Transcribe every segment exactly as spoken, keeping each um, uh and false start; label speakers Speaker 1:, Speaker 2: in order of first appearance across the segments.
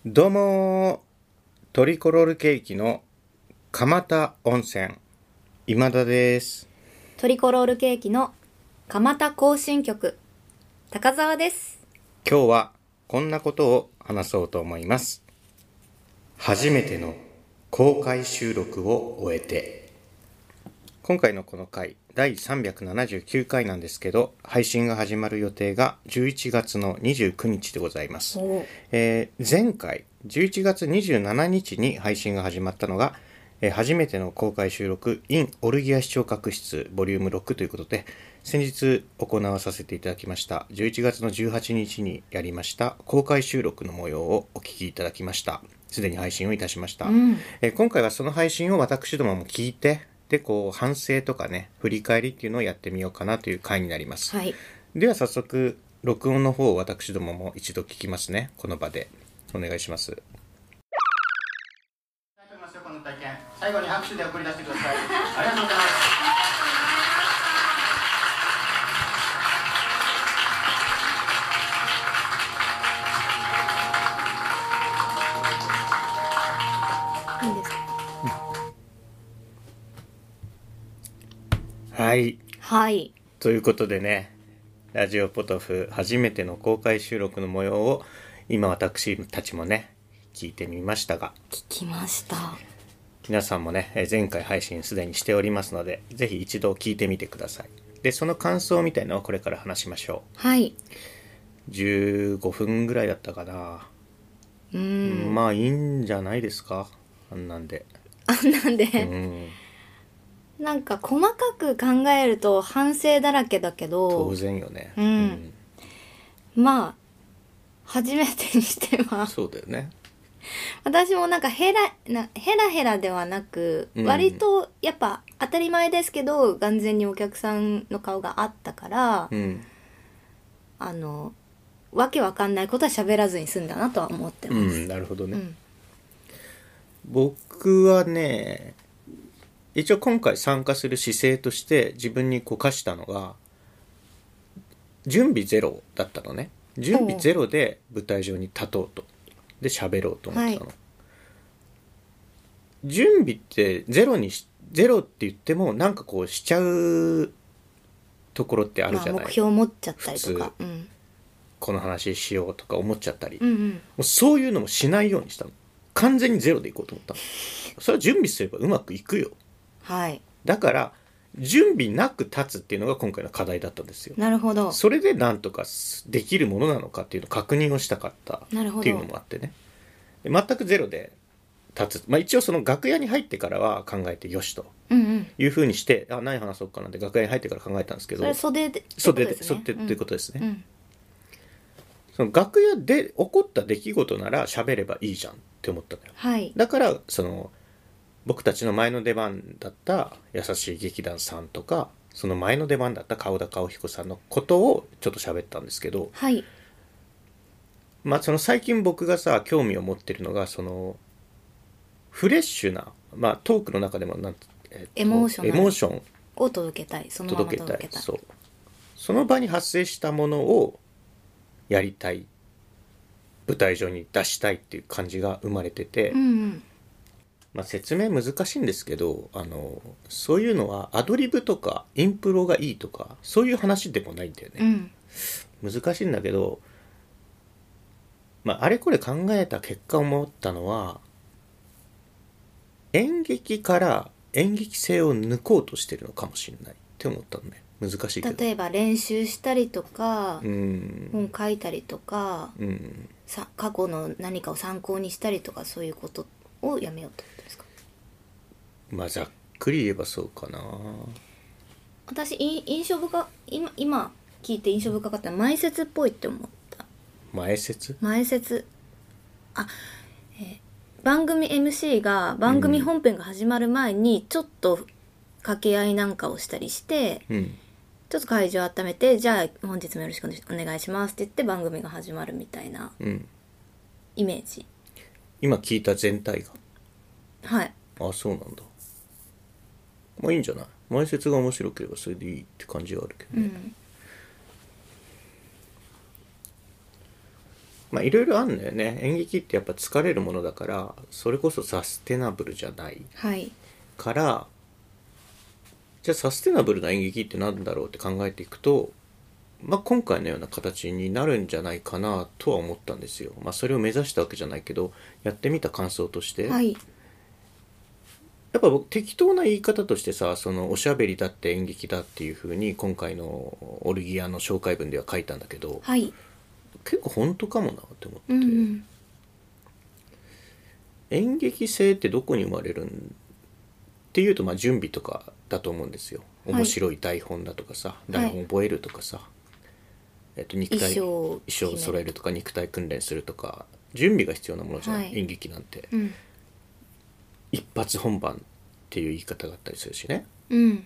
Speaker 1: どうもトリコロールケーキの蒲田温泉今田です。
Speaker 2: トリコロールケーキの蒲田行進曲高澤です。
Speaker 1: 今日はこんなことを話そうと思います。初めての公開収録を終えて、今回のこの回だいさんびゃくななじゅうきゅうかいなんですけど、配信が始まる予定がじゅういちがつのにじゅうくにちでございます。えー、前回じゅういちがつにじゅうしちにちに配信が始まったのが、えー、初めての公開収録 in オルギア視聴覚室ボリュームろくということで、先日行わさせていただきましたじゅういちがつのじゅうはちにちにやりました公開収録の模様をお聞きいただきました。すでに配信をいたしました、
Speaker 2: うん
Speaker 1: えー、今回はその配信を私どもも聞いて、でこう反省とかね、振り返りっていうのをやってみようかなという回になります、
Speaker 2: はい、
Speaker 1: では早速録音の方を私どもも一度聞きますね。この場でお願いします。
Speaker 3: この体験、最後に拍手で送り出してください。ありがとうございます。
Speaker 2: いいですか。
Speaker 1: はい、
Speaker 2: はい、
Speaker 1: ということでね、ラジオポトフ初めての公開収録の模様を今私たちもね聞いてみましたが、
Speaker 2: 聞きました。
Speaker 1: 皆さんもね前回配信すでにしておりますので、ぜひ一度聞いてみてください。でその感想みたいなのをこれから話しましょう。
Speaker 2: はい、
Speaker 1: じゅうごふんぐらいだったかな。
Speaker 2: うーん、
Speaker 1: まあいいんじゃないですか、あんなんで。
Speaker 2: あなんで、
Speaker 1: うん
Speaker 2: なんか細かく考えると反省だらけだけど、
Speaker 1: 当然よね。
Speaker 2: うんまあ初めてにしては
Speaker 1: そうだよね。
Speaker 2: 私もなんかヘラなヘラヘラではなく、
Speaker 1: うん
Speaker 2: 割とやっぱ当たり前ですけど眼前にお客さんの顔があったから、
Speaker 1: うん
Speaker 2: あのわけわかんないことは喋らずに済んだなとは思って
Speaker 1: う
Speaker 2: ます。
Speaker 1: ん、なるほどね、
Speaker 2: うん
Speaker 1: 僕はね一応今回参加する姿勢として自分にこう課したのが、準備ゼロだったのね。準備ゼロで舞台上に立とうと、で喋ろうと思ってたの、
Speaker 2: はい
Speaker 1: 準備ってゼロにしゼロって言ってもなんかこうしちゃうところってあるじゃない、
Speaker 2: まあ、目標持っちゃったりと
Speaker 1: 普
Speaker 2: か、うん、
Speaker 1: この話しようとか思っちゃったり、も
Speaker 2: うんうん
Speaker 1: うそういうのもしないようにしたの。完全にゼロでいこうと思ったの。それは準備すればうまくいくよ。
Speaker 2: はい
Speaker 1: だから準備なく立つっていうのが今回の課題だったんですよ。
Speaker 2: なるほど
Speaker 1: それでなんとかできるものなのかっていうのを確認をしたかった
Speaker 2: なるほど
Speaker 1: っていうのもあってね。で全くゼロで立つ、まあ、一応その楽屋に入ってからは考えてよしと
Speaker 2: うんうん
Speaker 1: いうふうにして、あ何話そうかなって楽屋に入ってから考えたんですけど、
Speaker 2: それ袖で
Speaker 1: 袖で
Speaker 2: ってこと
Speaker 1: 袖っていうことですね、
Speaker 2: うん
Speaker 1: その楽屋で起こった出来事なら喋ればいいじゃんって思ったのよ。
Speaker 2: はい
Speaker 1: だからその僕たちの前の出番だった優しい劇団さんとか、その前の出番だった顔田顔彦さんのことをちょっと喋ったんですけど、
Speaker 2: はい
Speaker 1: まあその最近僕がさ興味を持ってるのが、そのフレッシュな、まあトークの中でもなんて、えっと
Speaker 2: エモーショナル
Speaker 1: エモーション
Speaker 2: を届けたい、そのまま
Speaker 1: 届けたい、
Speaker 2: 届けたい
Speaker 1: そうその場に発生したものをやりたい、舞台上に出したいっていう感じが生まれてて、
Speaker 2: うんうん
Speaker 1: まあ、説明難しいんですけど、あのそういうのはアドリブとかインプロがいいとかそういう話でもないんだよ
Speaker 2: う
Speaker 1: ね、
Speaker 2: ん
Speaker 1: 難しいんだけど、まあ、あれこれ考えた結果思ったのは、演劇から演劇性を抜こうとしてるのかもしれないって思ったのね。難しいけど、
Speaker 2: 例えば練習したりとか、
Speaker 1: うん
Speaker 2: 本書いたりとか、
Speaker 1: うん
Speaker 2: さ過去の何かを参考にしたりとか、そういうことをやめようってことですか。
Speaker 1: まあざっくり言えばそうかな。
Speaker 2: 私い印象深今今聞いて印象深かったのは前説っぽいって思った。
Speaker 1: 前説
Speaker 2: 前説あ、えー番組 エムシー が番組本編が始まる前にちょっと掛け合いなんかをしたりして、
Speaker 1: うん
Speaker 2: ちょっと会場を温めて、じゃあ本日もよろしくお願いしますって言って番組が始まるみたいな
Speaker 1: うん
Speaker 2: イメージ。
Speaker 1: 今聞いた全体が、
Speaker 2: はい
Speaker 1: あそうなんだ。まあいいんじゃない、前説が面白ければそれでいいって感じはあるけどね、
Speaker 2: うん
Speaker 1: まあいろいろあるんだよね。演劇ってやっぱ疲れるものだから、それこそサステナブルじゃない
Speaker 2: はい
Speaker 1: から、じゃあサステナブルな演劇って何だろうって考えていくと、まあ今回のような形になるんじゃないかなとは思ったんですよ。まあそれを目指したわけじゃないけど、やってみた感想として、
Speaker 2: はい
Speaker 1: やっぱ僕適当な言い方としてさ、そのおしゃべりだって演劇だっていう風に今回のオルギアの紹介文では書いたんだけど、
Speaker 2: はい
Speaker 1: 結構本当かもなって思ってて、
Speaker 2: うんうん
Speaker 1: 演劇性ってどこに生まれるんっていうと、まあ準備とかだと思うんですよ。
Speaker 2: はい
Speaker 1: 面白い台本だとかさ、
Speaker 2: い
Speaker 1: 台本覚えるとかさ、えっと肉体
Speaker 2: 衣装を
Speaker 1: 衣装を揃えるとか肉体訓練するとか準備が必要なものじゃない、
Speaker 2: はい
Speaker 1: 演劇なんて
Speaker 2: うん
Speaker 1: 一発本番っていう言い方があったりするしね。
Speaker 2: うん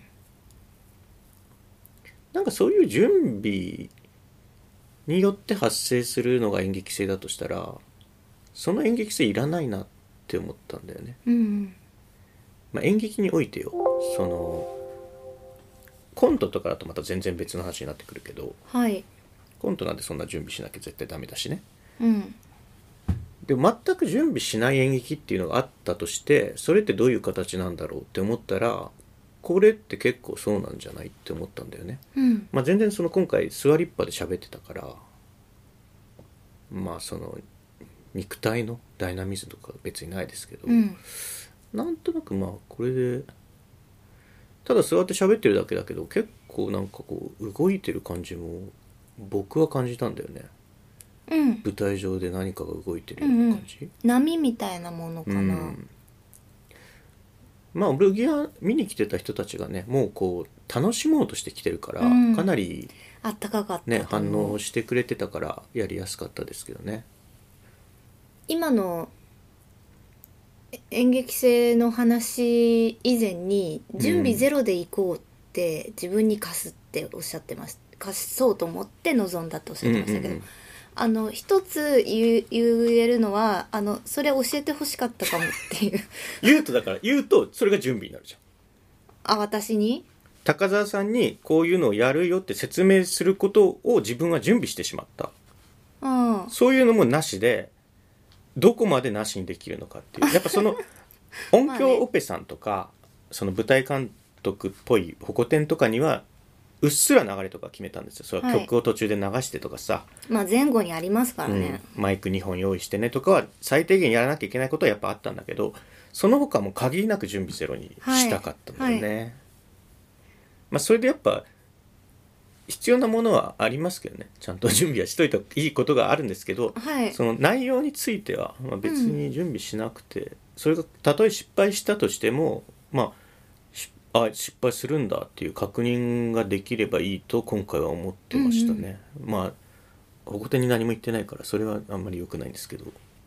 Speaker 1: なんかそういう準備によって発生するのが演劇性だとしたら、その演劇性いらないなって思ったんだよね。
Speaker 2: うん
Speaker 1: まあ、演劇においてよ、そのコントとかだとまた全然別の話になってくるけど、
Speaker 2: はい
Speaker 1: コントなんてそんな準備しなきゃ絶対ダメだしね。
Speaker 2: うん
Speaker 1: でも全く準備しない演劇っていうのがあったとして、それってどういう形なんだろうって思ったら、これって結構そうなんじゃないって思ったんだよね。
Speaker 2: うん
Speaker 1: まあ全然その今回座りっぱで喋ってたから、まあその肉体のダイナミズムとか別にないですけど、
Speaker 2: うん
Speaker 1: なんとなくまあこれでただ座って喋ってるだけだけど、結構なんかこう動いてる感じも僕は感じたんだよね。
Speaker 2: うん
Speaker 1: 舞台上で何かが動いてるような感じ、
Speaker 2: 波みたいなものかな、
Speaker 1: うんまあオルギア見に来てた人たちがね、もうこう楽しもうとして来てるから、
Speaker 2: うん
Speaker 1: かなり
Speaker 2: あったかかった
Speaker 1: ね
Speaker 2: と思う
Speaker 1: 反応してくれてたからやりやすかったですけどね。
Speaker 2: 今のえ演劇性の話以前に準備ゼロで行こうって自分に課すっておっしゃってました、課そうと思って臨んだっておっしゃってましたけど、
Speaker 1: うんうんうん
Speaker 2: あの一つ言う言えるのは、あのそれ教えてほしかったかもっていう
Speaker 1: 言うとだから言うとそれが準備になるじゃん。
Speaker 2: あ私に
Speaker 1: 高澤さんにこういうのをやるよって説明することを自分は準備してしまった。
Speaker 2: うん
Speaker 1: そういうのもなしで、どこまでなしにできるのかっていう。やっぱその音響オペさんとか、その舞台監督っぽいホコ天とかにはうっすら流れとか決めたんですよ。それは曲を途中で流してとかさ、
Speaker 2: まあ前後にありますからね、
Speaker 1: うん、マイクにほん用意してねとかは最低限やらなきゃいけないことはやっぱあったんだけど、その他も限りなく準備ゼロにしたかったんだよね、
Speaker 2: はいはい、
Speaker 1: まあそれでやっぱ必要なものはありますけどね、ちゃんと準備はしといたいいことがあるんですけど、
Speaker 2: はい
Speaker 1: その内容については、まあ、別に準備しなくて、うん、それがたとえ失敗したとしても、まああ失敗するんだっていう確認ができればいいと今回は思ってましたね、うんうん、まあ保護店に何も言ってないからそれはあんまり良くないんですけど、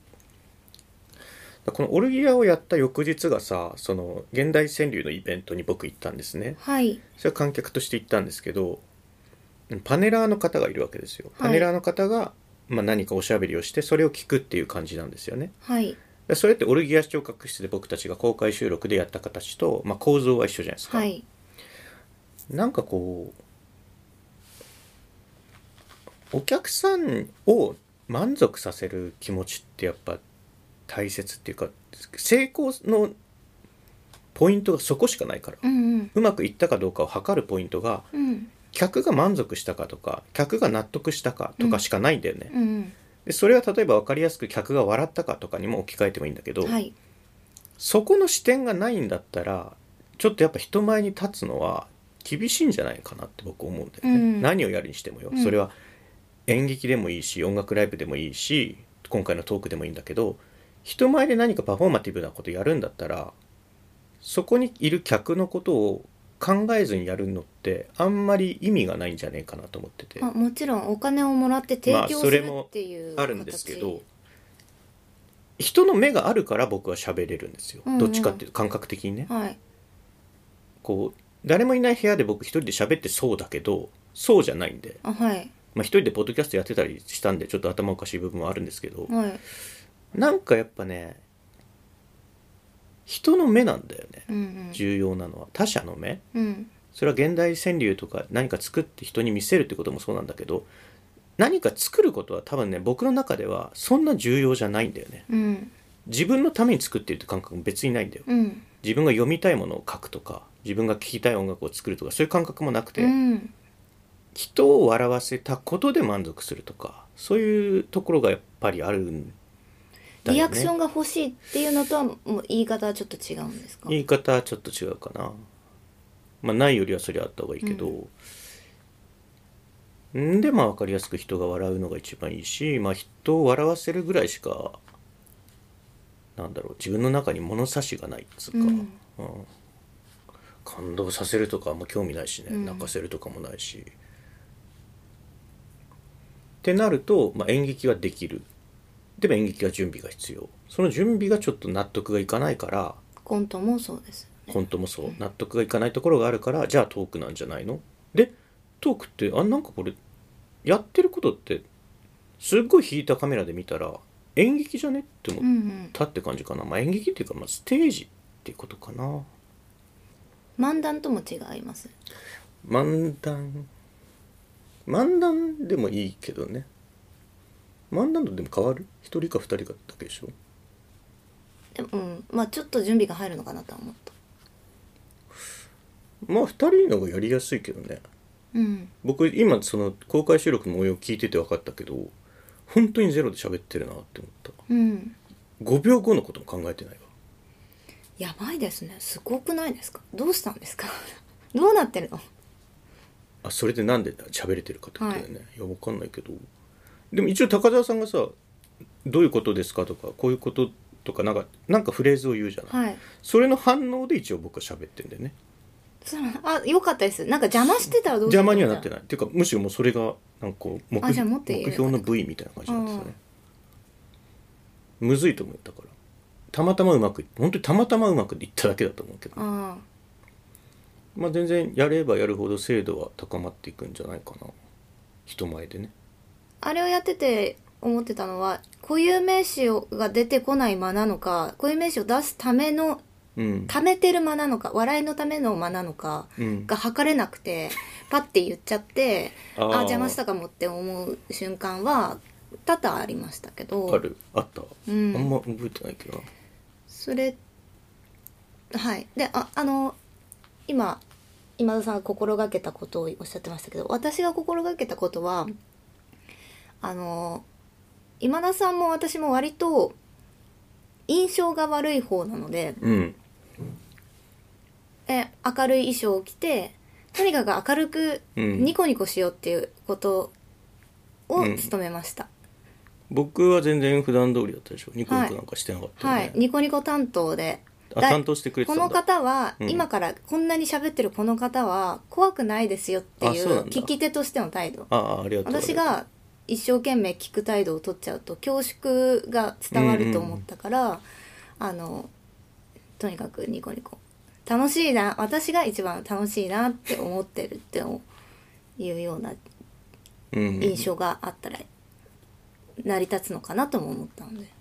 Speaker 1: このオルギアをやった翌日がさ、その現代川柳のイベントに僕行ったんですね。
Speaker 2: はい
Speaker 1: それは観客として行ったんですけど、パネラーの方がいるわけですよ。パネラーの方が、はい、まあ、何かおしゃべりをしてそれを聞くっていう感じなんですよね。
Speaker 2: はい
Speaker 1: それってオルギア視聴覚室で僕たちが公開収録でやった形と、まあ、構造は一緒じゃないですか、
Speaker 2: はい、
Speaker 1: なんかこうお客さんを満足させる気持ちってやっぱ大切っていうか、成功のポイントがそこしかないから、
Speaker 2: うんうん、
Speaker 1: うまくいったかどうかを測るポイントが、
Speaker 2: うん、
Speaker 1: 客が満足したかとか客が納得したかとかしかないんだよね、
Speaker 2: うんうん
Speaker 1: でそれは例えば分かりやすく客が笑ったかとかにも置き換えてもいいんだけど、
Speaker 2: はい、
Speaker 1: そこの視点がないんだったらちょっとやっぱ人前に立つのは厳しいんじゃないかなって僕思うんだよね、うん、何をやるにしてもよ、うん、それは演劇でもいいし音楽ライブでもいいし今回のトークでもいいんだけど、人前で何かパフォーマティブなことやるんだったらそこにいる客のことを考えずにやるのってあんまり意味がないんじゃねえかなと思ってて、
Speaker 2: あもちろんお金をもらって提供するっていう、
Speaker 1: まあ、それもあるんですけど、人の目があるから僕は喋れるんですよ、うんうん、どっちかっていうと感覚的にね、
Speaker 2: はい、
Speaker 1: こう誰もいない部屋で僕一人で喋ってそうだけどそうじゃないんで、
Speaker 2: あ、はい、
Speaker 1: まあ、一人でポッドキャストやってたりしたんでちょっと頭おかしい部分もあるんですけど、
Speaker 2: はい、
Speaker 1: なんかやっぱね人の目なんだよね、
Speaker 2: うんうん、
Speaker 1: 重要なのは他者の目、
Speaker 2: うん、
Speaker 1: それは現代川柳とか何か作って人に見せるってこともそうなんだけど、 何か作ることは多分ね僕の中ではそんな重要じゃないんだよね。
Speaker 2: うん
Speaker 1: 自分のために作っているって感覚も別にないんだよ。
Speaker 2: うん
Speaker 1: 自分が読みたいものを書くとか自分が聴きたい音楽を作るとかそういう感覚もなくて、
Speaker 2: うん
Speaker 1: 人を笑わせたことで満足するとかそういうところがやっぱりあるんだよね。
Speaker 2: リアクションが欲しいっていうのとはもう言い方はちょっと違うんですか？
Speaker 1: 言い方はちょっと違うかな。まあないよりはそれあった方がいいけど、んでまあ分かりやすく人が笑うのが一番いいし、まあ人を笑わせるぐらいしかなんだろう自分の中に物差しがないっつうか、
Speaker 2: うん
Speaker 1: うん感動させるとかあんま興味ないしね、
Speaker 2: うん
Speaker 1: 泣かせるとかもないしってなると、まあ、演劇ができる。でも演劇は準備が必要。その準備がちょっと納得がいかないから
Speaker 2: コントもそうですよね。
Speaker 1: 本当もそう納得がいかないところがあるからじゃあトークなんじゃないの。でトークってあなんかこれやってることってすっごい引いたカメラで見たら演劇じゃねって思っ
Speaker 2: うんうん
Speaker 1: たって感じかな、まあ演劇っていうか、まあ、ステージっていうことかな。
Speaker 2: 漫談とも違います。
Speaker 1: 漫談漫談でもいいけどね。漫談とでも変わる？一人か二人かだけでしょ。
Speaker 2: でもうんまあちょっと準備が入るのかなとは思った。
Speaker 1: まあ二人の方がやりやすいけどね。
Speaker 2: うん
Speaker 1: 僕今その公開収録の模様を聞いてて分かったけど本当にゼロで喋ってるなって思った。
Speaker 2: うん
Speaker 1: ごびょうごのことも考えてないわ。
Speaker 2: やばいですね。すごくないですか？どうしたんですか？どうなってるの？
Speaker 1: あそれでなんで喋れてるかってことだよね、はい、いや分かんないけどでも一応高澤さんがさどういうことですかとかこういうこととかなんかなんかフレーズを言うじゃない、
Speaker 2: はい、
Speaker 1: それの反応で一応僕は喋ってんだよね。
Speaker 2: そうあよかったです。なんか邪魔してたらどうする
Speaker 1: 邪魔にはなってないっていうかむしろもうそれがなんか目
Speaker 2: あじゃあもっと言え
Speaker 1: 目
Speaker 2: る
Speaker 1: 標の部位みたいな感じなんですよね。むずいと思ったからたまたまうまく本当にたまたまうまくいっただけだと思うけど、ね、
Speaker 2: あ
Speaker 1: まあ全然やればやるほど精度は高まっていくんじゃないかな人前でね。
Speaker 2: あれをやってて思ってたのは固有名詞が出てこない間なのか固有名詞を出すための
Speaker 1: うん
Speaker 2: 貯めてる間なのか笑いのための間なのか
Speaker 1: うん
Speaker 2: が測れなくてパッて言っちゃって
Speaker 1: あー
Speaker 2: あ邪魔したかもって思う瞬間は多々ありましたけど
Speaker 1: あるあった、
Speaker 2: うん
Speaker 1: あんま覚えてないけどな。
Speaker 2: それはいでああの今今田さんが心がけたことをおっしゃってましたけど私が心がけたことはあの今田さんも私も割と印象が悪い方なので
Speaker 1: うん
Speaker 2: え明るい衣装を着てとにかく明るく
Speaker 1: うん
Speaker 2: ニコニコしようっていうことを
Speaker 1: うん
Speaker 2: 努めました、
Speaker 1: 僕は全然普段通りだったでしょ。ニコニコなんかしてなかったよね、
Speaker 2: はいニコニコ担当でだ
Speaker 1: あ担当してくれて
Speaker 2: こ
Speaker 1: たんだ。
Speaker 2: の方は、
Speaker 1: うん
Speaker 2: 今からこんなに喋ってるこの方は怖くないですよってい
Speaker 1: あそうなんだ
Speaker 2: う聞き手としての態度
Speaker 1: ああありがとう。
Speaker 2: 私が一生懸命聞く態度を取っちゃうと恐縮が伝わると思ったから、うんうん、あのとにかくニコニコ楽しいな私が一番楽しいなって思ってるっていうような印象があったら成り立つのかなとも思ったので、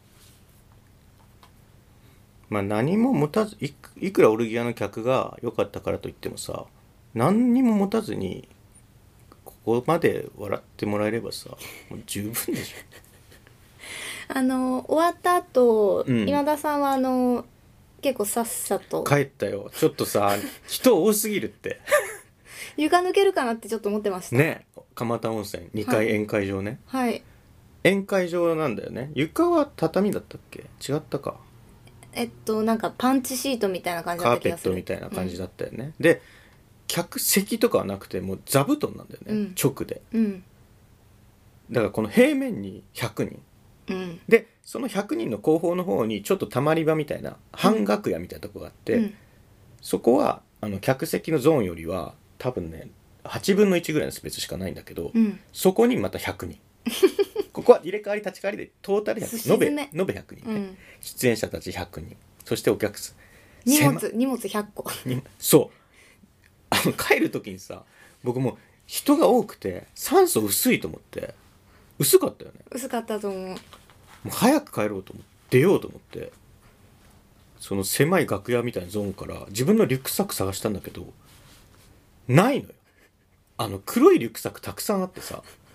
Speaker 1: まあ何も持たず い, いくらオルギアの客が良かったからといってもさ何にも持たずにここまで笑ってもらえればさもう十分でしょ
Speaker 2: あの終わった後、
Speaker 1: うん、
Speaker 2: 今田さんはあの結構さっさと
Speaker 1: 帰ったよ。ちょっとさ人多すぎるって
Speaker 2: 床抜けるかなってちょっと思ってました
Speaker 1: ね。蒲田温泉にかい宴会場ね、
Speaker 2: はい、はい、
Speaker 1: 宴会場なんだよね。床は畳だったっけ？違ったか。
Speaker 2: えっとなんかパンチシートみたいな感じだ
Speaker 1: カー
Speaker 2: った気がする
Speaker 1: ペットみたいな感じだったよね、うん、で客席とかはなくてもう座布団なんだよね、うん、直で、
Speaker 2: うん、
Speaker 1: だからこの平面にひゃくにん、
Speaker 2: うん、
Speaker 1: でそのひゃくにんの後方の方にちょっとたまり場みたいな半楽屋みたいなとこがあって、うん、そこはあの客席のゾーンよりは多分ねはちぶんのいちぐらいのスペースしかないんだけど、
Speaker 2: うん、
Speaker 1: そこにまたひゃくにんここは入れ替わり立ち替わりでトータルひゃくにん延べ延べひゃくにんね、うん、出演者たちひゃくにんそしてお客さん
Speaker 2: 荷物荷物ひゃっこ
Speaker 1: そうあの帰る時にさ僕も人が多くて酸素薄いと思って薄かったよね。
Speaker 2: 薄かったと思う。
Speaker 1: もう早く帰ろうと思って出ようと思ってその狭い楽屋みたいなゾーンから自分のリュックサック探したんだけどないのよ。あの黒いリュックサックたくさんあってさ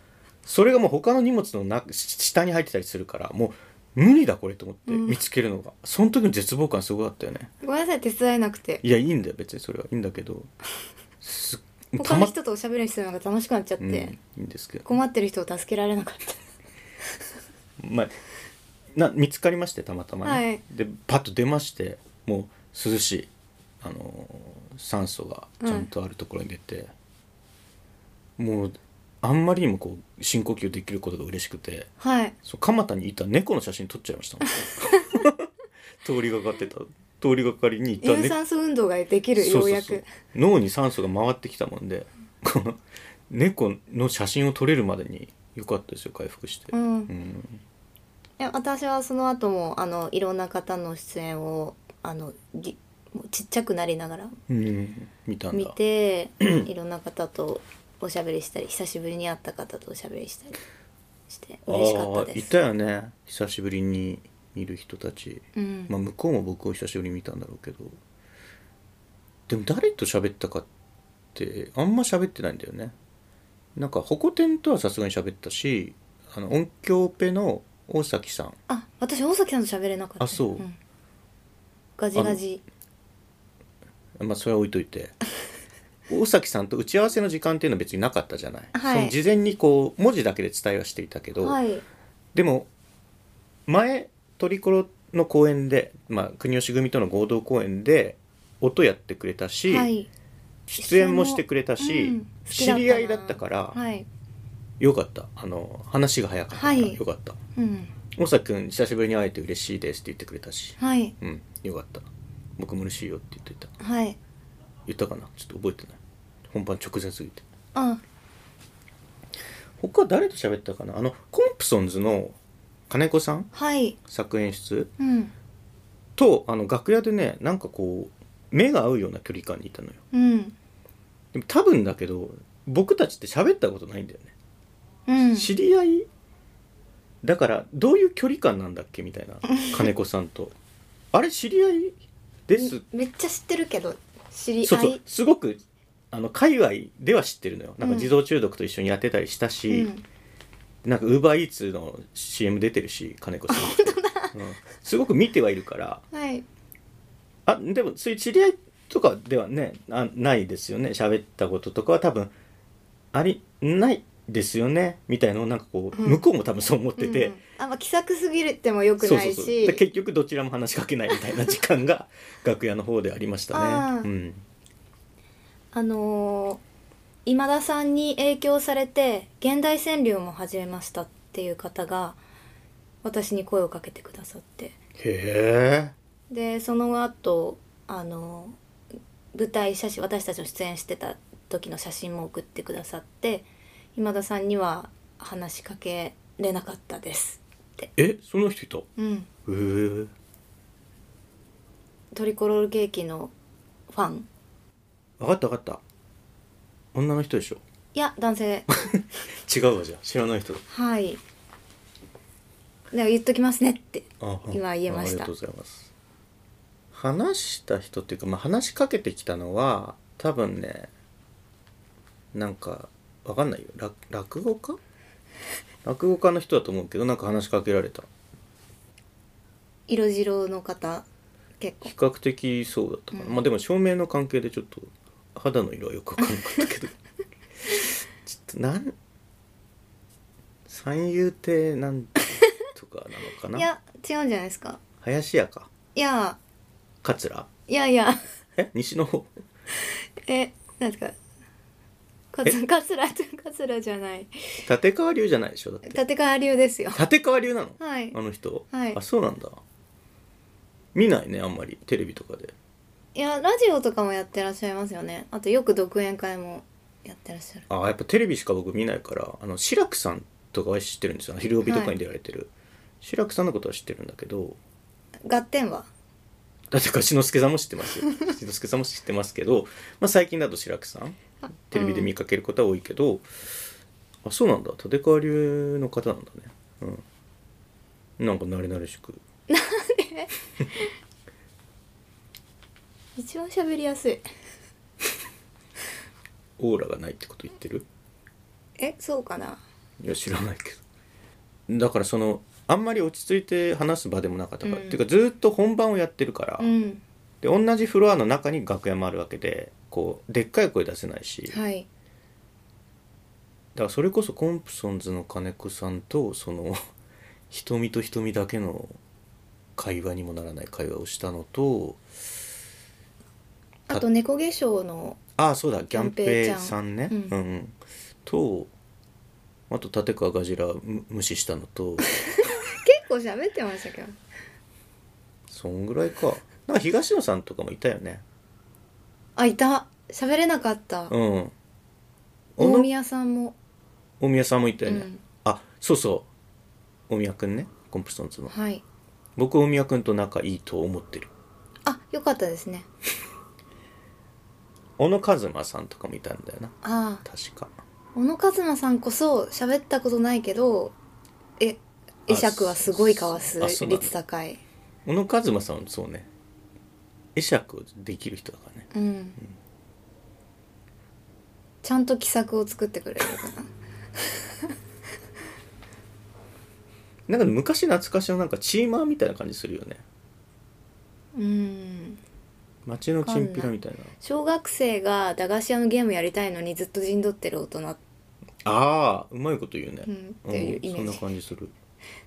Speaker 1: それがもう他の荷物のな下に入ってたりするからもう無理だこれと思って見つけるのが、うん、その時の絶望感すごかったよね。
Speaker 2: ごめんなさい手伝えなくて。
Speaker 1: いやいいんだよ別にそれはいいんだけど
Speaker 2: 他の人とおしゃべりしてるのが楽しくなっちゃって、うん、い
Speaker 1: いんですけど
Speaker 2: 困ってる人を助けられなかった
Speaker 1: まあな見つかりましてたまたまね、
Speaker 2: はい、
Speaker 1: でパッと出ましてもう涼しい、あのー、酸素がちゃんとあるところに出て、うん、もうあんまりにもこう深呼吸できることが嬉しくて、
Speaker 2: はい、
Speaker 1: そう蒲田にいた猫の写真撮っちゃいました通りがかってた通りがかりにいた、
Speaker 2: ね、有酸素運動ができる。
Speaker 1: そうそうそう、
Speaker 2: ようやく脳
Speaker 1: に酸素が回ってきたもんでこの猫の写真を撮れるまでに良かったですよ回復して、
Speaker 2: うん
Speaker 1: うん、
Speaker 2: いや私はその後もあのいろんな方の出演をあのぎちっちゃくなりながら
Speaker 1: うん、見たんだ
Speaker 2: 見ていろんな方とおしゃべりしたり久しぶりに会った方とおしゃべりしたりして嬉しかったです。
Speaker 1: あいたよね久しぶりに見る人たち、
Speaker 2: うん、
Speaker 1: まあ向こうも僕を久しぶりに見たんだろうけど、でも誰と喋ったかってあんま喋ってないんだよね。なんかホコ天とはさすがに喋ったし、あの音響オペの大崎さん、
Speaker 2: あ私大崎さんと喋れなかった。
Speaker 1: あそう、うん、
Speaker 2: ガジガジ、
Speaker 1: まあそれは置いといて大崎さんと打ち合わせの時間っていうのは別になかったじゃない、
Speaker 2: はい、
Speaker 1: その事前にこう文字だけで伝えはしていたけど、
Speaker 2: はい、
Speaker 1: でも前トリコロの公演で、まあ、国吉組との合同公演で音やってくれたし、はい、出演もしてくれたし、うん、知り合いだったから、はい、よかった。あの話が早かったから、はい、よかった、うん、大崎くん久しぶりに会えて嬉しいですって言ってくれたし、はい、うん、よかった。僕も嬉しいよって言っていた、はい、言ったかなちょっと覚えてない本番直前すぎて。あ他誰と喋ったかな。あのコンプソンズの金子さん、はい、作演出、うん、とあの楽屋でねなんかこう目が合うような距離感にいたのよ、うん、でも多分だけど僕たちって喋ったことないんだよね、うん、知り合いだからどういう距離感なんだっけみたいな金子さんとあれ知り合いです
Speaker 2: めっちゃ知ってるけど知り合い
Speaker 1: そうそうすごくあの界隈では知ってるのよ。なんか自動中毒と一緒にやってたりしたし、うんなんかウーバーイーツの シーエム 出てるし金子さん
Speaker 2: 本当だ、
Speaker 1: うん、すごく見てはいるから、
Speaker 2: はい、
Speaker 1: あでもそういう知り合いとかではねあないですよね。喋ったこととかは多分ありないですよねみたいなのをなんかこう、うん、向こうも多分そう思ってて、
Speaker 2: うんうん、あんま気さくすぎるってもよくないしそうそうそう
Speaker 1: で結局どちらも話しかけないみたいな時間が楽屋の方でありましたね。あ、うん、
Speaker 2: あのー今田さんに影響されて現代川柳も始めましたっていう方が私に声をかけてくださって、
Speaker 1: へ
Speaker 2: ーでその後あの舞台写真私たちの出演してた時の写真も送ってくださって今田さんには話しかけれなかったですって。
Speaker 1: えその人いた、
Speaker 2: うん、
Speaker 1: へー
Speaker 2: トリコロールケーキのファン。
Speaker 1: 分かった分かった、女の人でしょ。
Speaker 2: いや男性
Speaker 1: 違うわじゃあ知らない人だ。
Speaker 2: はいでも言っときますねって今言えました。 あ, あ, あり
Speaker 1: がとうございます。話した人っていうか、まあ、話しかけてきたのは多分ねなんかわかんないよ 落, 落語家落語家の人だと思うけどなんか話しかけられた。
Speaker 2: 色白の方結構
Speaker 1: 比較的そうだったかな、うん、まあでも照明の関係でちょっと肌の色はよく分かんなかったけどちょっとなん三遊亭なんとかなのかな。
Speaker 2: いや違うんじゃないですか。
Speaker 1: 林家か。
Speaker 2: いや
Speaker 1: 桂
Speaker 2: いやいや
Speaker 1: え西の方
Speaker 2: えなんですか桂桂じゃない。
Speaker 1: 立川流じゃないでしょ。だって
Speaker 2: 立川流ですよ。
Speaker 1: 立川流なの、
Speaker 2: はい、
Speaker 1: あの人、
Speaker 2: はい、
Speaker 1: あそうなんだ。見ないねあんまりテレビとかで。
Speaker 2: いやラジオとかもやってらっしゃいますよね。あとよく独演会もやってらっしゃる。
Speaker 1: あやっぱテレビしか僕見ないからあの志らくさんとかは知ってるんですよ。昼帯とかに出られてる、はい、志らくさんのことは知ってるんだけど。
Speaker 2: 合点は
Speaker 1: だってか志の輔さんも知ってますよ志の輔さんも知ってますけど、まあ、最近だと志らくさんテレビで見かけることは多いけど、うん、あそうなんだ立川流の方なんだね、うん、なんか慣れ慣れしく
Speaker 2: なんで一番喋りやすい
Speaker 1: オーラがないってこと言ってる。
Speaker 2: えそうかな。
Speaker 1: いや知らないけど、だからそのあんまり落ち着いて話す場でもなかったから、
Speaker 2: うん
Speaker 1: っていうかずっと本番をやってるから、
Speaker 2: うん
Speaker 1: で同じフロアの中に楽屋もあるわけで、こうでっかい声出せないし、
Speaker 2: はい
Speaker 1: だからそれこそコンプソンズの金子さんとその瞳と瞳だけの会話にもならない会話をしたのと、
Speaker 2: あと猫化粧の
Speaker 1: ああそうだギャンペイ
Speaker 2: ギャンペイちゃん
Speaker 1: さんね、
Speaker 2: うん
Speaker 1: うんうんと、あと立川ガジラむ無視したのと
Speaker 2: 結構喋ってましたけど、
Speaker 1: そんぐらいか。なんか東野さんとかもいたよね。
Speaker 2: あいた、喋れなかった、
Speaker 1: うん
Speaker 2: 大宮さんも、
Speaker 1: 大宮さんもいたよね、
Speaker 2: うん
Speaker 1: あそうそう大宮くんね、コンプソンズの。
Speaker 2: はい、
Speaker 1: 僕大宮くんと仲いいと思ってる。
Speaker 2: あよかったですね。
Speaker 1: 小野一馬さんとかもいたんだよな
Speaker 2: ああ
Speaker 1: 確か。
Speaker 2: 小野一馬さんこそ喋ったことないけど、え会釈はすごい交わす
Speaker 1: あそうなんだ
Speaker 2: 率高い。
Speaker 1: 小野一馬さんそうね、会釈できる人だからね。
Speaker 2: うん、うん、ちゃんと奇策を作ってくれるかな
Speaker 1: なんか昔懐かしのなんかチーマーみたいな感じするよね。
Speaker 2: うん
Speaker 1: 街のチンピラみたいな。
Speaker 2: 小学生が駄菓子屋のゲームやりたいのにずっと陣取ってる大人、
Speaker 1: ああうまいこと言うね、
Speaker 2: うん、っていうイメージ、
Speaker 1: ん、そんな感じする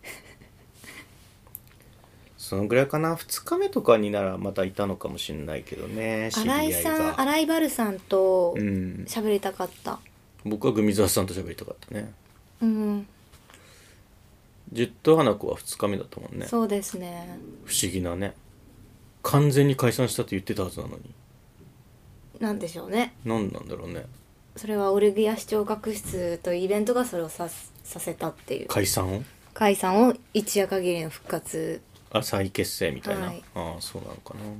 Speaker 1: そのぐらいかな。ふつかめとかにならまたいたのかもしれないけどね、知り合
Speaker 2: 新井
Speaker 1: い
Speaker 2: さん、
Speaker 1: が。
Speaker 2: 新井バルさんと
Speaker 1: うん
Speaker 2: 喋りたかった。
Speaker 1: 僕はグミザワさんと喋りたかったね。
Speaker 2: うん、
Speaker 1: ジェット花子はふつかめだったもんね。
Speaker 2: そうですね。
Speaker 1: 不思議なね。完全に解散したって言ってたはずなのに
Speaker 2: なんでしょうね。
Speaker 1: 何なんだろうね。
Speaker 2: それはオルギア視聴覚室というイベントがそれをささせたっていう、
Speaker 1: 解散を
Speaker 2: 解散を一夜限りの復活。
Speaker 1: あ再結成みたいな、
Speaker 2: はい、
Speaker 1: ああそうなのかな。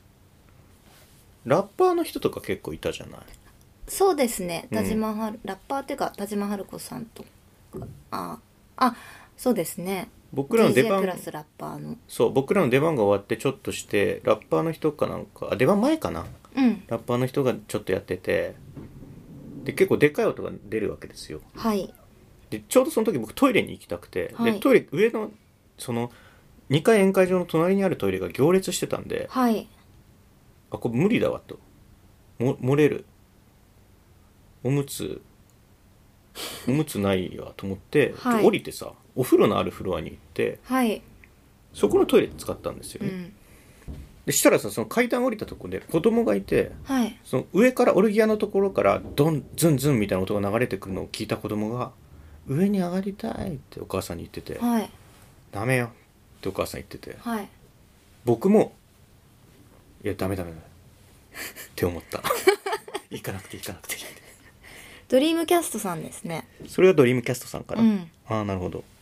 Speaker 1: ラッパーの人とか結構いたじゃない。
Speaker 2: そうですね、
Speaker 1: うん
Speaker 2: 田島はるラッパーっていうか田島春子さんとか、ああそうですね、
Speaker 1: 僕らの出
Speaker 2: ディージェー
Speaker 1: 番
Speaker 2: プラスラッパーの、
Speaker 1: そう僕らの出番が終わってちょっとしてラッパーの人かなんかあ出番前かな、
Speaker 2: うん
Speaker 1: ラッパーの人がちょっとやってて、で結構でかい音が出るわけですよ。
Speaker 2: はい
Speaker 1: でちょうどその時僕トイレに行きたくて、
Speaker 2: はい
Speaker 1: でトイレ上のそのにかい宴会場の隣にあるトイレが行列してたんで、
Speaker 2: はい
Speaker 1: あこれ無理だわと、も漏れるおむつおむつないわと思って、
Speaker 2: はい
Speaker 1: 降りてさお風呂のあるフロアに行って
Speaker 2: はい
Speaker 1: そこのトイレ使ったんですよね、
Speaker 2: うん
Speaker 1: でしたらさその階段降りたところで子供がいて、
Speaker 2: はい
Speaker 1: その上からオルギアのところからドンズンズンみたいな音が流れてくるのを聞いた子供が上に上がりたいってお母さんに言ってて、
Speaker 2: はい
Speaker 1: ダメよってお母さん言ってて、
Speaker 2: はい
Speaker 1: 僕もいやダメダメダメって思った行かなくて行かなくていいって。
Speaker 2: ドリームキャストさんですね。
Speaker 1: それがドリームキャストさんかな、
Speaker 2: うん
Speaker 1: ああなるほど、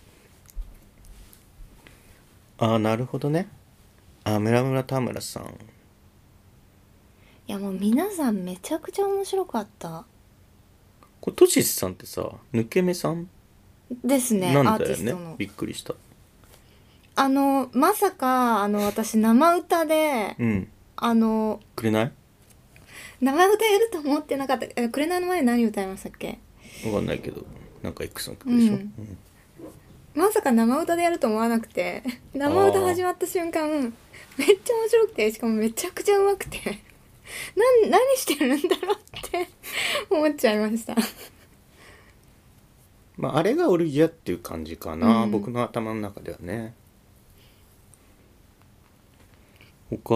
Speaker 1: ああなるほどね。ああ村村田村さん、
Speaker 2: いやもう皆さんめちゃくちゃ面白かった
Speaker 1: これトシスさんってさ抜け目さん
Speaker 2: ですね。
Speaker 1: なん
Speaker 2: アー
Speaker 1: だよね、
Speaker 2: ティストの
Speaker 1: びっくりした。
Speaker 2: あのまさかあの私生歌で
Speaker 1: うん
Speaker 2: あの
Speaker 1: くれない
Speaker 2: 生歌やると思ってなかった。え紅の前で何歌いましたっけ。
Speaker 1: わかんないけどなんか X の曲でしょ、
Speaker 2: うんまさか生歌でやると思わなくて生歌始まった瞬間めっちゃ面白くて、しかもめちゃくちゃうまくてなん何してるんだろうって思っちゃいました。
Speaker 1: まああれがオルギアっていう感じかな、
Speaker 2: うん
Speaker 1: 僕の頭の中ではね。他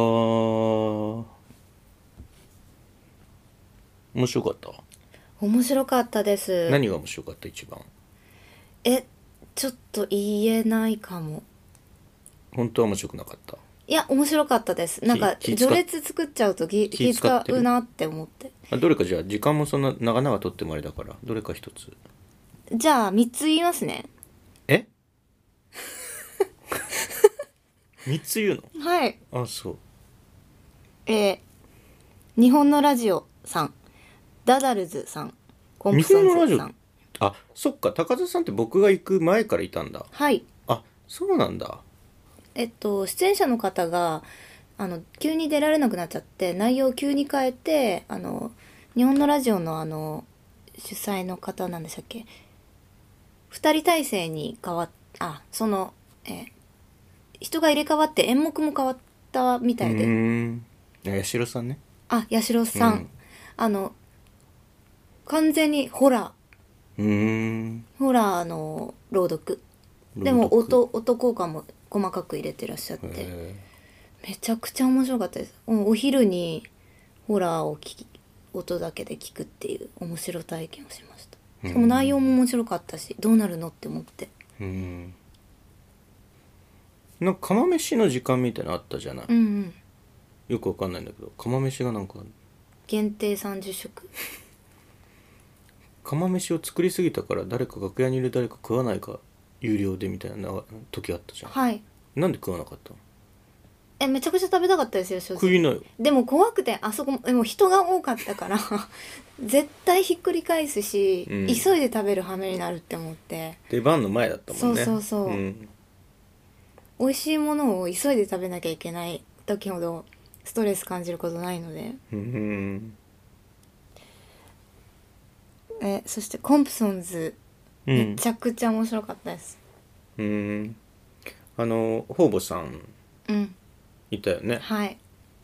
Speaker 1: 面白かった。
Speaker 2: 面白かったです。
Speaker 1: 何が面白かった一番。
Speaker 2: えちょっと言えないかも。
Speaker 1: 本当は面白くなかった。
Speaker 2: いや面白かったです。なんか
Speaker 1: 気気使っ
Speaker 2: 序列作っちゃうと気
Speaker 1: 気
Speaker 2: 気使
Speaker 1: 使ってる
Speaker 2: うなって思って。
Speaker 1: あどれかじゃあ時間もそんな長々とってもあれだからどれか一つ。
Speaker 2: じゃあみっつ言いますね。
Speaker 1: えみっつ言う
Speaker 2: はい。
Speaker 1: の。あそう。
Speaker 2: えー、日本のラジオさん、ダダルズさん、コンプ
Speaker 1: 日
Speaker 2: ソン
Speaker 1: 本のラジオ
Speaker 2: ズさん。
Speaker 1: あそっか高田さんって僕が行く前からいたんだ。
Speaker 2: はい。
Speaker 1: あそうなんだ。
Speaker 2: えっと出演者の方があの急に出られなくなっちゃって内容を急に変えて、あの日本のラジオのあの主催の方なんでしたっけ、 ふたり体制に変わっあその、えー人が入れ替わって演目も変わったみたいで、
Speaker 1: うーん。八代さんね。
Speaker 2: あ八代さん、
Speaker 1: うん、
Speaker 2: あの完全にホラ
Speaker 1: うーん。
Speaker 2: ーホラーの朗読でも音音効果も細かく入れてらっしゃって
Speaker 1: へ
Speaker 2: めちゃくちゃ面白かったです。うんお昼にホラーを聞き音だけで聞くっていう面白体験をしました。しかも内容も面白かったしどうなるのって思って。
Speaker 1: ーうん。なんか釜飯の時間みたいなのあったじゃない、
Speaker 2: うんうん
Speaker 1: よくわかんないんだけど、釜飯がなんか
Speaker 2: 限定さんじゅっしょく
Speaker 1: 釜飯を作りすぎたから誰か楽屋にいる誰か食わないか有料でみたいな時あったじゃん。
Speaker 2: はい
Speaker 1: なんで食わなかったの？
Speaker 2: えめちゃくちゃ食べたかったですよ正直。
Speaker 1: 食いなよ。
Speaker 2: でも怖くてあそこもでも人が多かったから絶対ひっくり返すし、
Speaker 1: うん
Speaker 2: 急いで食べる羽目になるって思って
Speaker 1: 出番の前だったもんね。
Speaker 2: そうそうそう
Speaker 1: うん
Speaker 2: 美味しいものを急いで食べなきゃいけない時ほどストレス感じることないので。
Speaker 1: うん
Speaker 2: えそしてコンプソンズ
Speaker 1: うん
Speaker 2: めちゃくちゃ面白かったです。
Speaker 1: うんあの方々さん
Speaker 2: うん
Speaker 1: いたよね。
Speaker 2: はい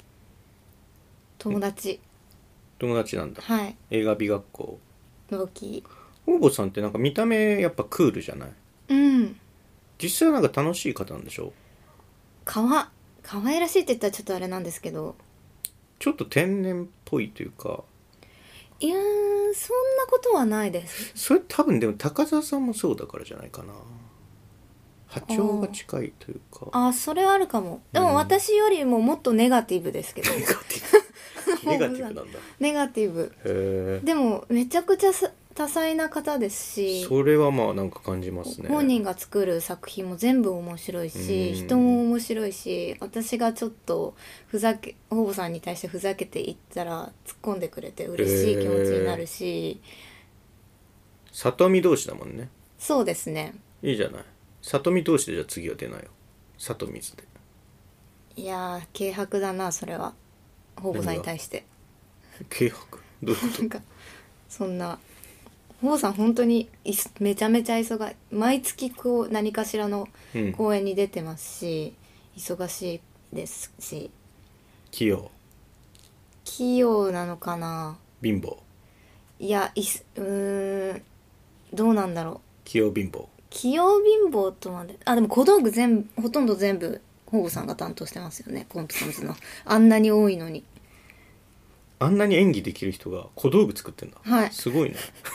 Speaker 2: 友達
Speaker 1: 友達なんだ。
Speaker 2: はい
Speaker 1: 映画美学校。
Speaker 2: 同期
Speaker 1: 方々さんってなんか見た目やっぱクールじゃない？
Speaker 2: うん
Speaker 1: 実際はなんか楽しい方なんでしょ？
Speaker 2: かわ可愛らしいって言ったらちょっとあれなんですけど
Speaker 1: ちょっと天然っぽいというか。
Speaker 2: いやーそんなことはないです。
Speaker 1: それ多分でも高澤さんもそうだからじゃないかな。波長が近いというか。
Speaker 2: あそれはあるかも。で
Speaker 1: うん
Speaker 2: も私よりももっとネガティブですけど
Speaker 1: ネガティブネガティブなんだ。
Speaker 2: ネガティブ
Speaker 1: へえ。
Speaker 2: でもめちゃくちゃさ多彩な方ですし
Speaker 1: それはまあなんか感じますね。
Speaker 2: 本人が作る作品も全部面白いし、
Speaker 1: うん
Speaker 2: 人も面白いし、私がちょっとふざけほぼさんに対してふざけていったら突っ込んでくれて嬉しい気持ちになるし、
Speaker 1: 里見同士だもんね。
Speaker 2: そうですね。
Speaker 1: いいじゃない。里見同士でじゃあ次は出ないよ。里水で。
Speaker 2: いやー軽薄だなそれはほぼさんに対して。
Speaker 1: 軽薄どういうこ
Speaker 2: なんかそんなほぼさん本当にいすめちゃめちゃ忙い毎月こう何かしらの
Speaker 1: と？うん。
Speaker 2: 公演に出てますし、忙しいですし
Speaker 1: 器用。
Speaker 2: 器用なのかな。
Speaker 1: 貧乏。
Speaker 2: いやいすうーんどうなんだろう。
Speaker 1: 器用貧乏。
Speaker 2: 器用貧乏とまであでも小道具全部ほとんど全部ほぼさんが担当してますよねコンプソンズのあんなに多いのに。
Speaker 1: あんなに演技できる人が小道具作ってんだ。
Speaker 2: はい
Speaker 1: すごいね。